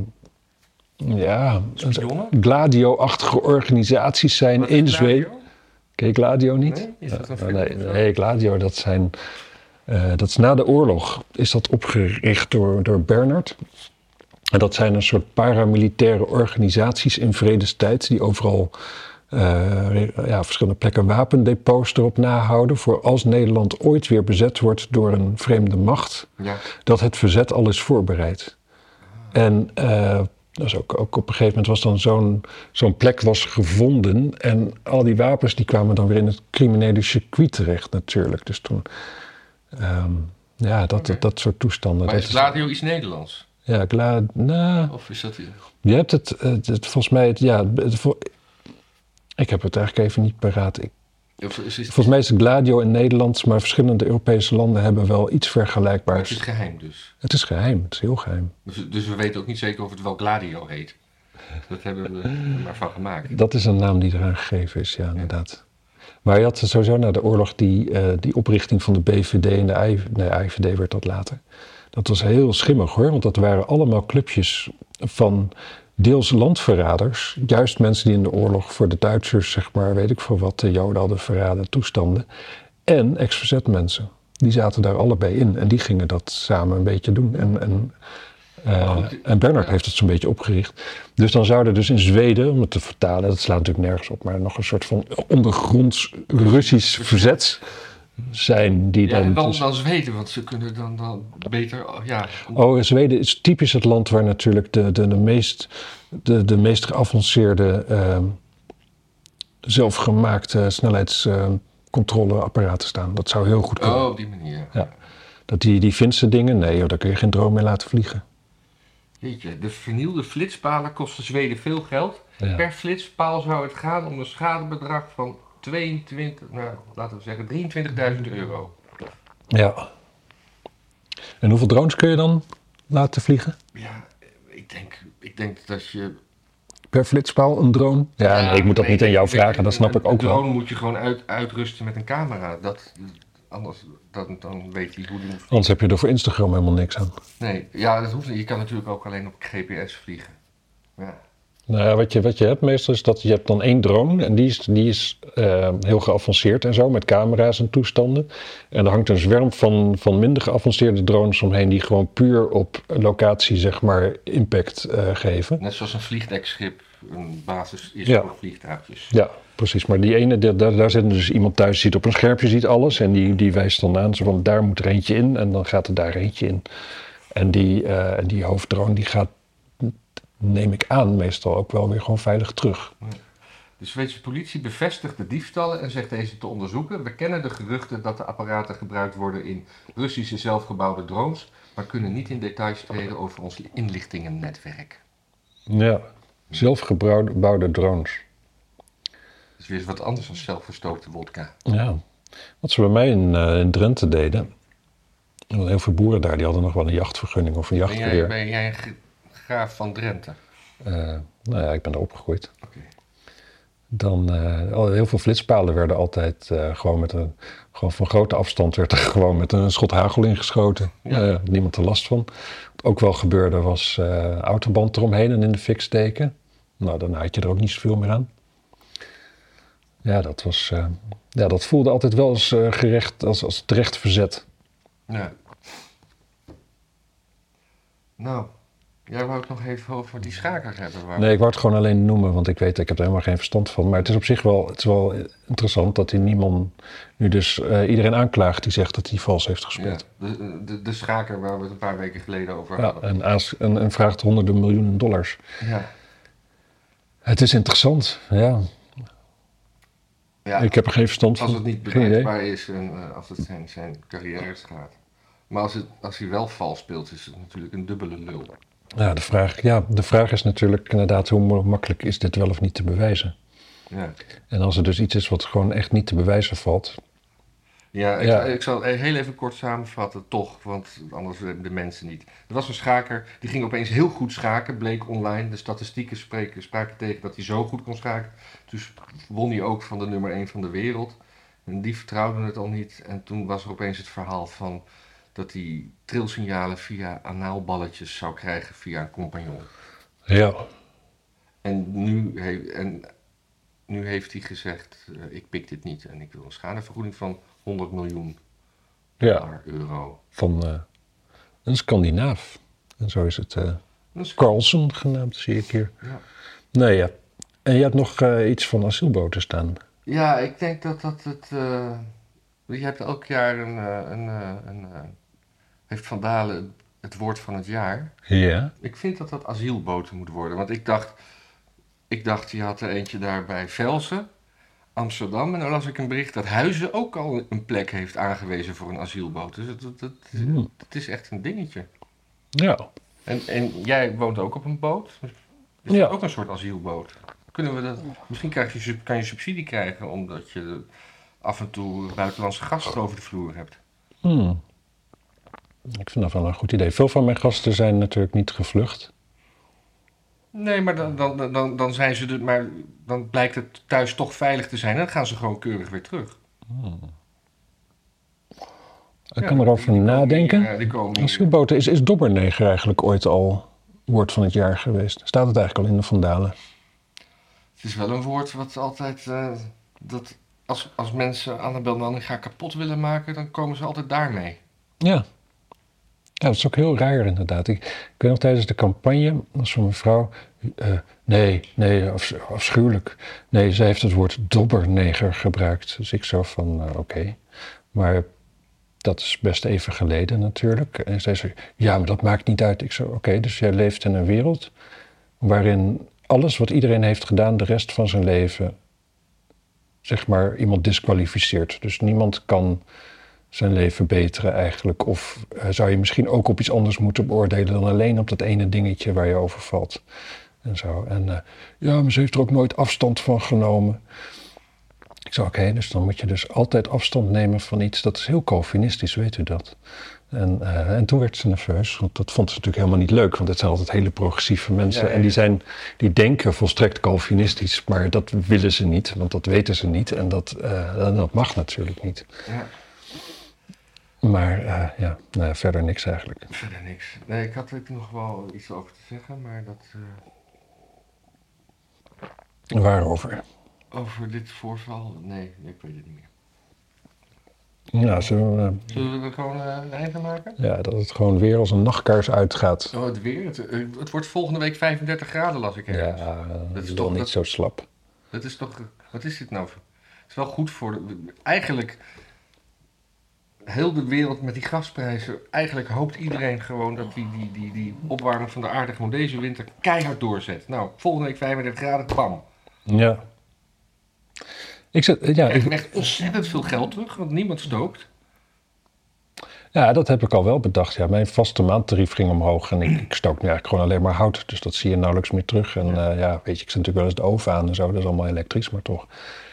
B: ja, Gladio-achtige organisaties zijn
A: Wat
B: in
A: Gladio?
B: Zweden? Ken je Gladio niet?
A: Nee, is dat een
B: uh, nee, nee, Gladio, dat zijn, uh, dat is na de oorlog, is dat opgericht door, door Bernard. En dat zijn een soort paramilitaire organisaties in vredestijd die overal uh, ja, verschillende plekken wapendepots erop nahouden voor als Nederland ooit weer bezet wordt door een vreemde macht,
A: ja.
B: dat het verzet al is voorbereid. Ah. En uh, dus ook, ook op een gegeven moment was dan zo'n, zo'n plek was gevonden en al die wapens die kwamen dan weer in het criminele circuit terecht natuurlijk. Dus toen, um, ja, dat,
A: okay.
B: dat, dat soort toestanden.
A: Maar
B: dat
A: is Gladio iets Nederlands?
B: Ja, Gla... Nou,
A: of is dat...
B: Je hebt het, het, het volgens mij... Het, ja, het, ik heb het eigenlijk even niet paraat. Ik,
A: of is het...
B: Volgens mij is het Gladio in Nederlands, maar verschillende Europese landen hebben wel iets vergelijkbaars.
A: Maar het is geheim dus?
B: Het is geheim, het is heel geheim.
A: Dus, dus we weten ook niet zeker of het wel Gladio heet? Dat hebben we er maar van gemaakt.
B: Dat is een naam die eraan gegeven is, ja, inderdaad. Maar je had sowieso na de oorlog die, uh, die oprichting van de B V D en de I V D... Nee, I V D werd dat later. Dat was heel schimmig hoor, want dat waren allemaal clubjes van deels landverraders. Juist mensen die in de oorlog voor de Duitsers, zeg maar, weet ik veel wat, de Joden hadden verraden, toestanden. En ex-verzetmensen. Die zaten daar allebei in en die gingen dat samen een beetje doen. En, en Uh, en Bernard heeft het zo'n beetje opgericht. Dus dan zou er dus in Zweden, om het te vertalen, dat slaat natuurlijk nergens op, maar nog een soort van ondergronds Russisch verzet zijn. Die
A: ja,
B: dan,
A: en dan,
B: dus...
A: dan Zweden, want ze kunnen dan, dan beter... Ja.
B: Oh, Zweden is typisch het land waar natuurlijk de, de, de, meest, de, de meest geavanceerde uh, zelfgemaakte snelheidscontroleapparaten uh, staan. Dat zou heel goed kunnen.
A: Oh, op die manier.
B: Ja. Dat die, die Finse dingen, nee joh, daar kun je geen drone mee laten vliegen.
A: Weet je, de vernielde flitspalen kosten Zweden veel geld. Ja. Per flitspaal zou het gaan om een schadebedrag van tweeëntwintig, nou, laten we zeggen drieëntwintigduizend euro.
B: Ja. En hoeveel drones kun je dan laten vliegen?
A: Ja, ik denk, ik denk dat je...
B: Per flitspaal een drone? Ja, ja nee, ik moet dat nee, niet aan jou vragen, dat snap
A: een,
B: ik ook wel.
A: Een drone moet je gewoon uit, uitrusten met een camera. Dat... Anders dan, dan weet hij hoe die moet vliegen.
B: Anders heb je er voor Instagram helemaal niks aan.
A: Nee, ja, dat hoeft niet. Je kan natuurlijk ook alleen op G P S vliegen. Ja.
B: Nou ja, wat je, wat je hebt meestal is dat je hebt dan één drone en die is, die is uh, heel geavanceerd en zo met camera's en toestanden. En er hangt een zwerm van, van minder geavanceerde drones omheen die gewoon puur op locatie zeg maar impact uh, geven.
A: Net zoals een vliegdekschip een basis is
B: ja.
A: voor vliegtuigjes.
B: Ja, precies. Maar die ene, daar, daar zit dus iemand thuis, ziet op een schermpje, ziet alles en die, die wijst dan aan, zo van daar moet er eentje in en dan gaat er daar eentje in. En die, uh, die hoofddrone die gaat, neem ik aan, meestal ook wel weer gewoon veilig terug.
A: De Zweedse politie bevestigt de diefstallen en zegt deze te onderzoeken. We kennen de geruchten dat de apparaten gebruikt worden in Russische zelfgebouwde drones, maar kunnen niet in details treden over ons inlichtingennetwerk.
B: Ja, zelfgebouwde drones.
A: Dat is weer wat anders dan zelfverstookte wodka.
B: Ja, wat ze bij mij in, uh, in Drenthe deden. Heel veel boeren daar, die hadden nog wel een jachtvergunning of een jachtgeweer.
A: Ben jij, ben jij een graaf van Drenthe?
B: Uh, nou ja, ik ben daar opgegroeid.
A: Okay.
B: Dan, uh, heel veel flitspalen werden altijd uh, gewoon met een, gewoon van grote afstand werd er gewoon met een schot hagel ingeschoten. Ja. Uh, niemand er last van. Wat ook wel gebeurde was uh, autoband eromheen en in de fik steken. Nou, dan had je er ook niet zoveel meer aan. Ja, dat was, uh, ja, dat voelde altijd wel als uh, gerecht, als, als terecht verzet.
A: Ja. Nou, jij wou het nog even over die schaker hebben. Waar...
B: Nee, ik wou het gewoon alleen noemen, want ik weet, ik heb er helemaal geen verstand van. Maar het is op zich wel, het is wel interessant dat hij niemand nu dus uh, iedereen aanklaagt die zegt dat hij vals heeft gespeeld.
A: Ja, de, de, de schaker waar we het een paar weken geleden over
B: ja,
A: hadden.
B: En, en, en vraagt honderden miljoenen dollars.
A: Ja.
B: Het is interessant, ja.
A: Ja,
B: ik heb er geen verstand van.
A: Als het niet bewijsbaar is en uh, als het zijn, zijn carrière gaat. Maar als, het, als hij wel vals speelt, is het natuurlijk een dubbele lul.
B: Ja de, vraag, ja, de vraag is natuurlijk inderdaad hoe makkelijk is dit wel of niet te bewijzen.
A: Ja.
B: En als er dus iets is wat gewoon echt niet te bewijzen valt.
A: Ja, ik, ja. ik zal het heel even kort samenvatten, toch, want anders hebben de mensen niet. Er was een schaker, die ging opeens heel goed schaken, bleek online. De statistieken spreken, spraken tegen dat hij zo goed kon schaken. Dus won hij ook van de nummer één van de wereld. En die vertrouwden het al niet. En toen was er opeens het verhaal van dat hij trilsignalen via anaalballetjes zou krijgen via een compagnon.
B: Ja.
A: En nu, he, en nu heeft hij gezegd, uh, ik pik dit niet en ik wil een schadevergoeding van honderd miljoen
B: ja.
A: euro.
B: Van uh, een Scandinaaf. En zo is het uh, Carlsen genaamd, zie ik hier.
A: Ja.
B: Nee, ja. En je hebt nog uh, iets van asielboten staan.
A: Ja, ik denk dat dat het... Uh, je hebt elk jaar een... Uh, een, uh, een uh, heeft Van Dalen het woord van het jaar.
B: Ja.
A: Ik vind dat dat asielboten moet worden. Want ik dacht... Ik dacht, je had er eentje daar bij Velsen, Amsterdam. En dan las ik een bericht dat Huizen ook al een plek heeft aangewezen voor een asielboot. Dus het, het, het,
B: hmm.
A: het is echt een dingetje.
B: Ja.
A: En, en jij woont ook op een boot. Is
B: ja.
A: dat ook een soort asielboot? Kunnen we dat, misschien krijg je, kan je subsidie krijgen omdat je af en toe buitenlandse gasten over de vloer hebt.
B: Hmm. Ik vind dat wel een goed idee. Veel van mijn gasten zijn natuurlijk niet gevlucht.
A: Nee, maar dan, dan, dan, dan zijn ze er, maar dan blijkt het thuis toch veilig te zijn en dan gaan ze gewoon keurig weer terug.
B: Hmm. Ik ja, kan erover nadenken.
A: Hier, die komen
B: asielboten, is, is Dobberneger eigenlijk ooit al woord van het jaar geweest? Staat het eigenlijk al in de Van Dalen?
A: Het is wel een woord wat altijd, uh, dat als, als mensen Annabel Nanninga kapot willen maken, dan komen ze altijd daarmee.
B: Ja. Ja, dat is ook heel raar inderdaad. Ik, ik weet nog tijdens de campagne, was zo'n mevrouw... Uh, nee, nee, af, afschuwelijk. Nee, zij heeft het woord dobberneger gebruikt. Dus ik zo van, uh, oké. Okay. Maar dat is best even geleden natuurlijk. En zij zei, ja, maar dat maakt niet uit. Ik zo, oké, okay, dus jij leeft in een wereld... waarin alles wat iedereen heeft gedaan de rest van zijn leven... zeg maar iemand disqualificeert. Dus niemand kan... zijn leven beteren eigenlijk. Of uh, zou je misschien ook op iets anders moeten beoordelen... dan alleen op dat ene dingetje waar je over valt. En zo. En uh, ja, maar ze heeft er ook nooit afstand van genomen. Ik zei, oké, okay, dus dan moet je dus altijd afstand nemen van iets... dat is heel Calvinistisch, weet u dat? En, uh, en toen werd ze nerveus, want dat vond ze natuurlijk helemaal niet leuk... want het zijn altijd hele progressieve mensen... Ja, ja, ja. En die, zijn, die denken volstrekt Calvinistisch... maar dat willen ze niet, want dat weten ze niet... en dat, uh, dat mag natuurlijk niet. Ja. Maar uh, ja, nou, verder niks eigenlijk.
A: Verder niks. Nee, ik had er nog wel iets over te zeggen, maar dat...
B: Uh... Waarover?
A: Over dit voorval? Nee, ik weet het niet meer.
B: Ja, zullen we... Uh...
A: Zullen we er gewoon uh, een eind aan maken?
B: Ja, dat het gewoon weer als een nachtkaars uitgaat.
A: Oh, het weer? Het, uh, het wordt volgende week vijfendertig graden, las ik ergens.
B: Ja, uh, dat is toch niet dat, zo slap.
A: Dat is toch... Wat is dit nou? Het is wel goed voor... De, eigenlijk... Heel de wereld met die gasprijzen, eigenlijk hoopt iedereen gewoon dat die, die, die, die opwarming van de aarde gewoon deze winter keihard doorzet. Nou, volgende week vijfendertig graden, bam.
B: Ja. Ik zet, ja,
A: krijg je echt ontzettend veel geld terug, want niemand stookt.
B: Ja, dat heb ik al wel bedacht. Ja, mijn vaste maandtarief ging omhoog en ik, ik stook nu eigenlijk gewoon alleen maar hout. Dus dat zie je nauwelijks meer terug. En ja, uh, ja weet je, ik zet natuurlijk wel eens de oven aan en zo, dat is allemaal elektrisch, maar toch...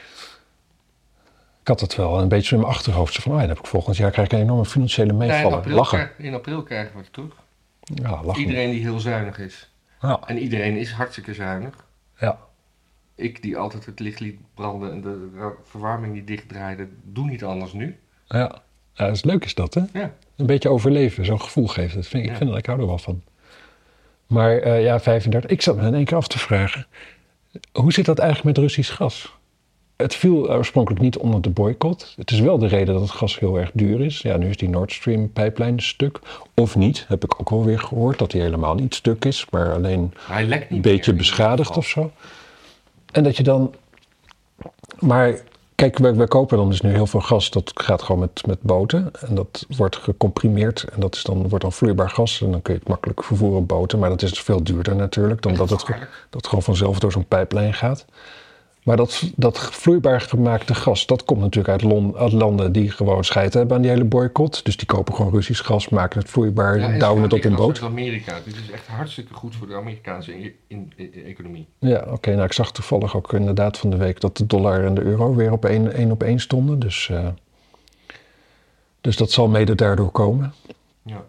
B: Ik had het wel een beetje in mijn achterhoofd. Van, oh ja, dan heb ik volgend jaar krijg ik een enorme financiële meevallen. Ja, in, april, lachen.
A: in april krijgen we het terug.
B: Ja, lachen.
A: Iedereen die heel zuinig is.
B: Ja.
A: En iedereen is hartstikke zuinig.
B: Ja.
A: Ik die altijd het licht liet branden en de verwarming die dichtdraaide, doe niet anders nu.
B: Ja, ja dat is leuk is dat, hè?
A: Ja.
B: Een beetje overleven, zo'n gevoel geeft het. Vind ik, ja. ik vind dat, ik hou er wel van. Maar uh, ja, vijfendertig. Ik zat me in één keer af te vragen. Hoe zit dat eigenlijk met Russisch gas? Het viel oorspronkelijk niet onder de boycott. Het is wel de reden dat het gas heel erg duur is. Ja, nu is die Nord Stream pijplijn stuk. Of niet, heb ik ook alweer gehoord. Dat hij helemaal niet stuk is, maar alleen
A: Hij lekt niet
B: een beetje
A: meer,
B: beschadigd of zo. En dat je dan... Maar kijk, wij, wij kopen dan dus nu heel veel gas. Dat gaat gewoon met, met boten. En dat wordt gecomprimeerd. En dat is dan, wordt dan vloeibaar gas. En dan kun je het makkelijk vervoeren op boten. Maar dat is veel duurder natuurlijk. Dan dat het, dat gewoon vanzelf door zo'n pijplijn gaat. Maar dat, dat vloeibaar gemaakte gas, dat komt natuurlijk uit, lon, uit landen die gewoon scheid hebben aan die hele boycott. Dus die kopen gewoon Russisch gas, maken het vloeibaar,
A: ja,
B: douwen het op een boot.
A: Ja, Amerika. Dit is echt hartstikke goed voor de Amerikaanse in, in, in, economie.
B: Ja, oké. Okay, nou, ik zag toevallig ook inderdaad van de week dat de dollar en de euro weer op één, één op één stonden. Dus, uh, dus dat zal mede daardoor komen.
A: Ja.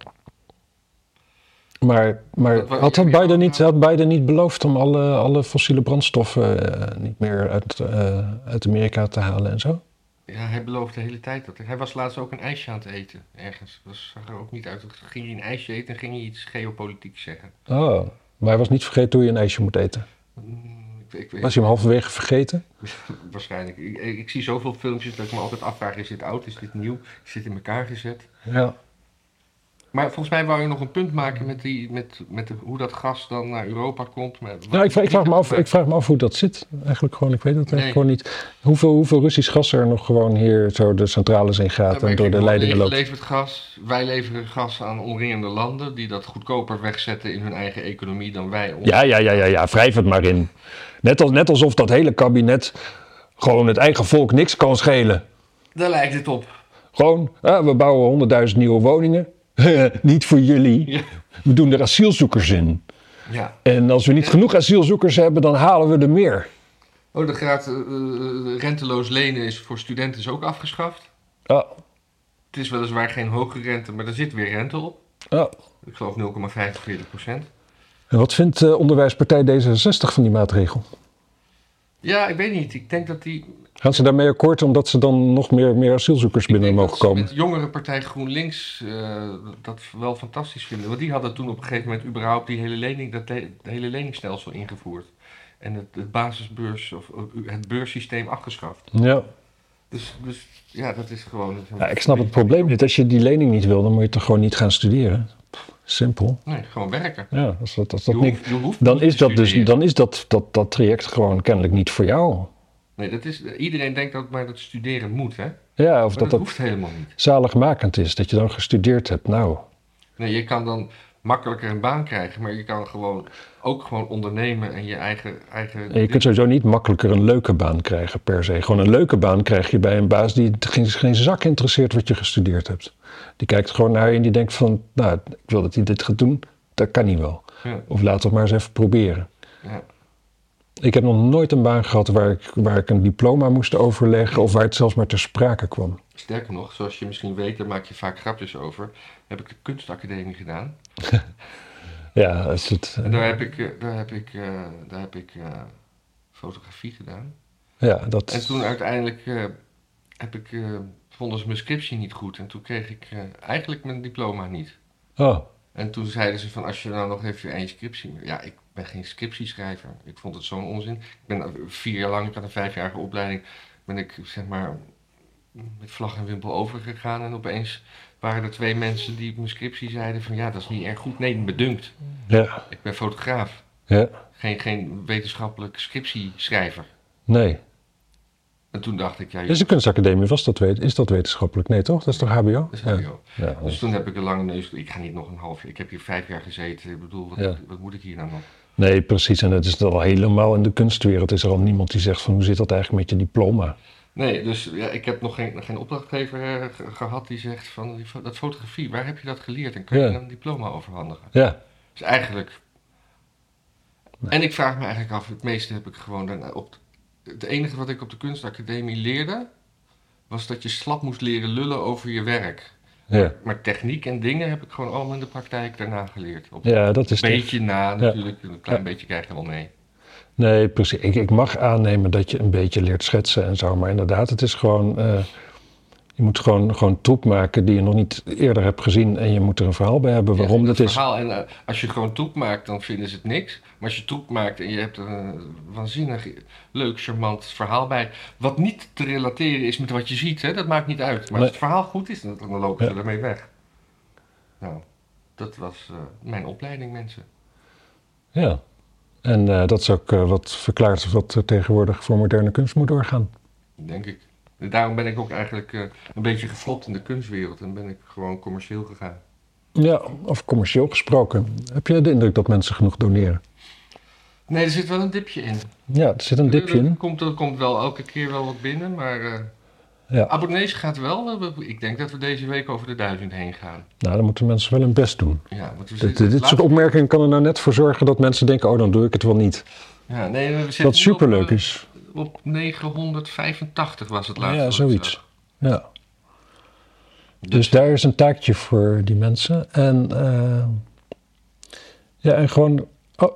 B: Maar, maar wat, had, Biden niet, had Biden niet beloofd om alle, alle fossiele brandstoffen uh, niet meer uit, uh, uit Amerika te halen en zo?
A: Ja, hij beloofde de hele tijd dat. Hij was laatst ook een ijsje aan het eten, ergens. Dat zag er ook niet uit. Ging hij een ijsje eten en ging hij iets geopolitieks zeggen.
B: Oh, maar hij was niet vergeten hoe je een ijsje moet eten?
A: Mm, ik, ik,
B: was hij hem halverwege vergeten?
A: Waarschijnlijk. Ik, ik, ik zie zoveel filmpjes dat ik me altijd afvraag, is dit oud, is dit nieuw? Is dit in elkaar gezet?
B: Ja.
A: Maar volgens mij wou je nog een punt maken met, die, met, met de, hoe dat gas dan naar Europa komt. Maar
B: nou, ik, vraag, ik, vraag me af, ik vraag me af hoe dat zit. Eigenlijk gewoon, ik weet het eigenlijk nee. gewoon niet. Hoeveel, hoeveel Russisch gas er nog gewoon hier zo de centrales in gaat ja, en door de leidingen loopt.
A: levert gas, wij leveren gas aan omringende landen die dat goedkoper wegzetten in hun eigen economie dan wij. Ons.
B: Ja, ja, ja, ja, ja, wrijf het maar in. Net, als, net alsof dat hele kabinet gewoon het eigen volk niks kan schelen.
A: Daar lijkt het op.
B: Gewoon, ah, we bouwen honderdduizend nieuwe woningen. Niet voor jullie. Ja. We doen er asielzoekers in.
A: Ja.
B: En als we niet ja. genoeg asielzoekers hebben, dan halen we er meer.
A: Oh, de graad uh, renteloos lenen is voor studenten is ook afgeschaft.
B: Ja.
A: Het is weliswaar geen hoge rente, maar er zit weer rente op.
B: Ja.
A: Ik geloof nul komma vijfenveertig procent.
B: En wat vindt uh, onderwijspartij D zesenzestig van die maatregel?
A: Ja, ik weet niet. Ik denk dat die...
B: Gaan ze daarmee akkoord omdat ze dan nog meer, meer asielzoekers binnen mogen komen?
A: Ik denk dat jongere partij GroenLinks uh, dat wel fantastisch vinden. Want die hadden toen op een gegeven moment überhaupt die hele lening, dat le- hele leningstelsel ingevoerd. En het, het basisbeurs of het beurssysteem afgeschaft.
B: Ja.
A: Dus, dus ja, dat is gewoon...
B: Ja, ik snap het probleem niet. Als je die lening niet wil, dan moet je toch gewoon niet gaan studeren. Simpel.
A: Nee, gewoon werken.
B: Ja, als dat, als dat
A: Je
B: niet,
A: hoeft, je hoeft
B: dan
A: niet
B: is
A: te
B: dat dus
A: studeren.
B: dan is dat, dat, dat traject gewoon kennelijk niet voor jou.
A: Nee, dat is, iedereen denkt dat maar dat studeren moet, hè?
B: Ja, of
A: Maar
B: dat
A: dat,
B: dat
A: hoeft helemaal niet.
B: zaligmakend is, dat je dan gestudeerd hebt. Nou,
A: Nee, je kan dan makkelijker een baan krijgen, maar je kan gewoon ook gewoon ondernemen en je eigen... eigen
B: en je kunt sowieso niet makkelijker een leuke baan krijgen per se. Gewoon een leuke baan krijg je bij een baas die geen, geen zak interesseert wat je gestudeerd hebt. Die kijkt gewoon naar je en die denkt van, nou, ik wil dat hij dit gaat doen. Dat kan hij wel.
A: Ja,
B: Of laat het maar eens even proberen.
A: ja.
B: Ik heb nog nooit een baan gehad waar ik, waar ik een diploma moest overleggen of waar het zelfs maar ter sprake kwam.
A: Sterker nog, zoals je misschien weet, daar maak je vaak grapjes over, heb ik de kunstacademie gedaan.
B: Ja, als het,
A: En daar heb ik, eh, daar heb ik, eh, daar heb ik eh, fotografie gedaan.
B: ja, dat,
A: En toen uiteindelijk eh, heb ik, eh, vonden ze mijn scriptie niet goed. En toen kreeg ik eh, eigenlijk mijn diploma niet.
B: oh,
A: En toen zeiden ze van, als je nou nog even één scriptie... Ja, ik ben geen scriptieschrijver. Ik vond het zo'n onzin. Ik ben eh, vier jaar lang, ik had een vijfjarige opleiding, ben ik zeg maar met vlag en wimpel overgegaan. En opeens waren er twee mensen die op mijn scriptie zeiden van, ja, dat is niet erg goed. Nee, bedunkt.
B: ja,
A: Ik ben fotograaf.
B: ja,
A: Geen, geen wetenschappelijk scriptieschrijver.
B: nee.
A: En toen dacht ik, ja,
B: Is de kunstacademie, was dat, weet- is dat wetenschappelijk? Nee, toch? Dat is toch H B O?
A: dat is H B O.
B: Ja, ja,
A: Dus toen heb ik een lange neus. Ik ga niet nog een half jaar. Ik heb hier vijf jaar gezeten. Ik bedoel, wat,
B: Ja.
A: wat moet ik hier nou nog?
B: nee, precies. En het is al helemaal in de kunstwereld. Is er al niemand die zegt van, hoe zit dat eigenlijk met je diploma?
A: Nee, dus ja, ik heb nog geen, geen opdrachtgever eh, ge- gehad die zegt van die, fo- dat fotografie, waar heb je dat geleerd? En kun je
B: Ja.
A: dan een diploma overhandigen?
B: Ja,
A: Dus eigenlijk. En ik vraag me eigenlijk af, het meeste heb ik gewoon daarna op. Het enige wat ik op de kunstacademie leerde, was dat je slap moest leren lullen over je werk.
B: ja.
A: Maar techniek en dingen heb ik gewoon allemaal in de praktijk daarna geleerd. Op
B: Ja, dat is
A: een
B: het.
A: beetje na natuurlijk, een klein beetje krijg je wel mee.
B: Nee, precies. Ik, ik mag aannemen dat je een beetje leert schetsen en zo. Maar inderdaad, het is gewoon... eh, je moet gewoon, gewoon troep maken die je nog niet eerder hebt gezien. En je moet er een verhaal bij hebben waarom
A: Ja,
B: dat is.
A: verhaal. En eh, als je gewoon troep maakt, dan vinden ze het niks. Maar als je troep maakt en je hebt er een waanzinnig leuk, charmant verhaal bij. Wat niet te relateren is met wat je ziet, hè, dat maakt niet uit. Maar
B: Nee.
A: als het verhaal goed is, dan, dan lopen ze
B: Ja.
A: ermee weg. Nou, dat was eh, mijn opleiding, mensen.
B: Ja. En eh, dat is ook eh, wat verklaart wat er tegenwoordig voor moderne kunst moet doorgaan.
A: Denk ik. En daarom ben ik ook eigenlijk eh, een beetje geflopt in de kunstwereld. En ben ik gewoon commercieel gegaan.
B: Ja, of commercieel gesproken. Heb je de indruk dat mensen genoeg doneren?
A: Nee, er zit wel een dipje in.
B: Ja, er zit een dipje
A: Er
B: in.
A: komt, er komt wel elke keer wel wat binnen, maar eh,
B: Ja.
A: abonnees gaat wel. eh, we- Ik denk dat we deze week over de duizend heen gaan.
B: Nou, dan moeten mensen wel hun best doen.
A: Ja, want we
B: Dit,
A: zitten,
B: dit soort opmerkingen kan er nou net voor zorgen dat mensen denken... oh, dan doe ik het wel niet.
A: Ja, nee, we zitten
B: Wat
A: nu
B: superleuk
A: op, eh,
B: is.
A: Op negenhonderdvijfentachtig was het laatste.
B: Ja,
A: wat ik
B: zoiets.
A: zag.
B: Ja. Dus daar is een taakje voor die mensen. En, eh, ja, en gewoon... Oh,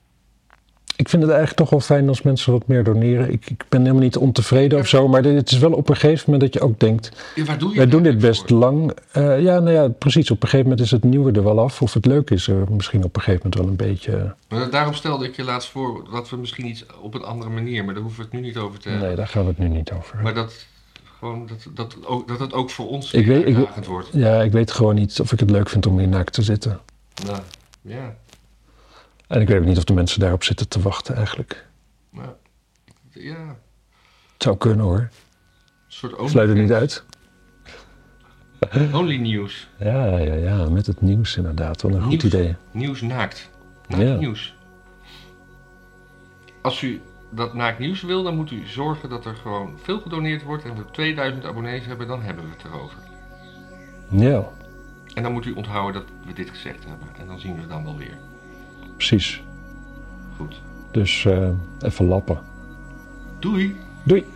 B: ik vind het eigenlijk toch wel fijn als mensen wat meer doneren. Ik, ik ben helemaal niet ontevreden of zo. Maar het is wel op een gegeven moment dat je ook denkt...
A: Ja, waar doe je
B: wij
A: het
B: doen dit
A: eigenlijk
B: best lang. Eh, ja, nou ja, precies. Op een gegeven moment is het nieuwe er wel af. Of het leuk is er misschien op een gegeven moment wel een beetje...
A: Maar daarom stelde ik je laatst voor dat we misschien iets op een andere manier, maar daar hoeven we het nu niet over te hebben.
B: Nee, daar gaan we het nu niet over.
A: Maar dat, gewoon, dat, dat, ook, dat het ook voor ons
B: Ik
A: weer
B: weet- ik-
A: uitdagend wordt.
B: Ja, ik weet gewoon niet of ik het leuk vind om hier naakt te zitten.
A: Nou, ja.
B: En ik weet ook niet of de mensen daarop zitten te wachten eigenlijk.
A: Nou, ja.
B: Het zou kunnen hoor.
A: Een soort
B: Ik sluit het niet uit.
A: Only nieuws.
B: Ja, ja, ja, met het nieuws inderdaad. Wat een goed
A: Nieuws.
B: idee.
A: Nieuws naakt. Naakt
B: Ja.
A: nieuws. Als u dat naakt nieuws wil, dan moet u zorgen dat er gewoon veel gedoneerd wordt. En we tweeduizend abonnees hebben, dan hebben we het erover.
B: Ja,
A: En dan moet u onthouden dat we dit gezegd hebben. En dan zien we het dan wel weer.
B: precies.
A: Goed.
B: Dus eh, even lappen.
A: Doei!
B: Doei!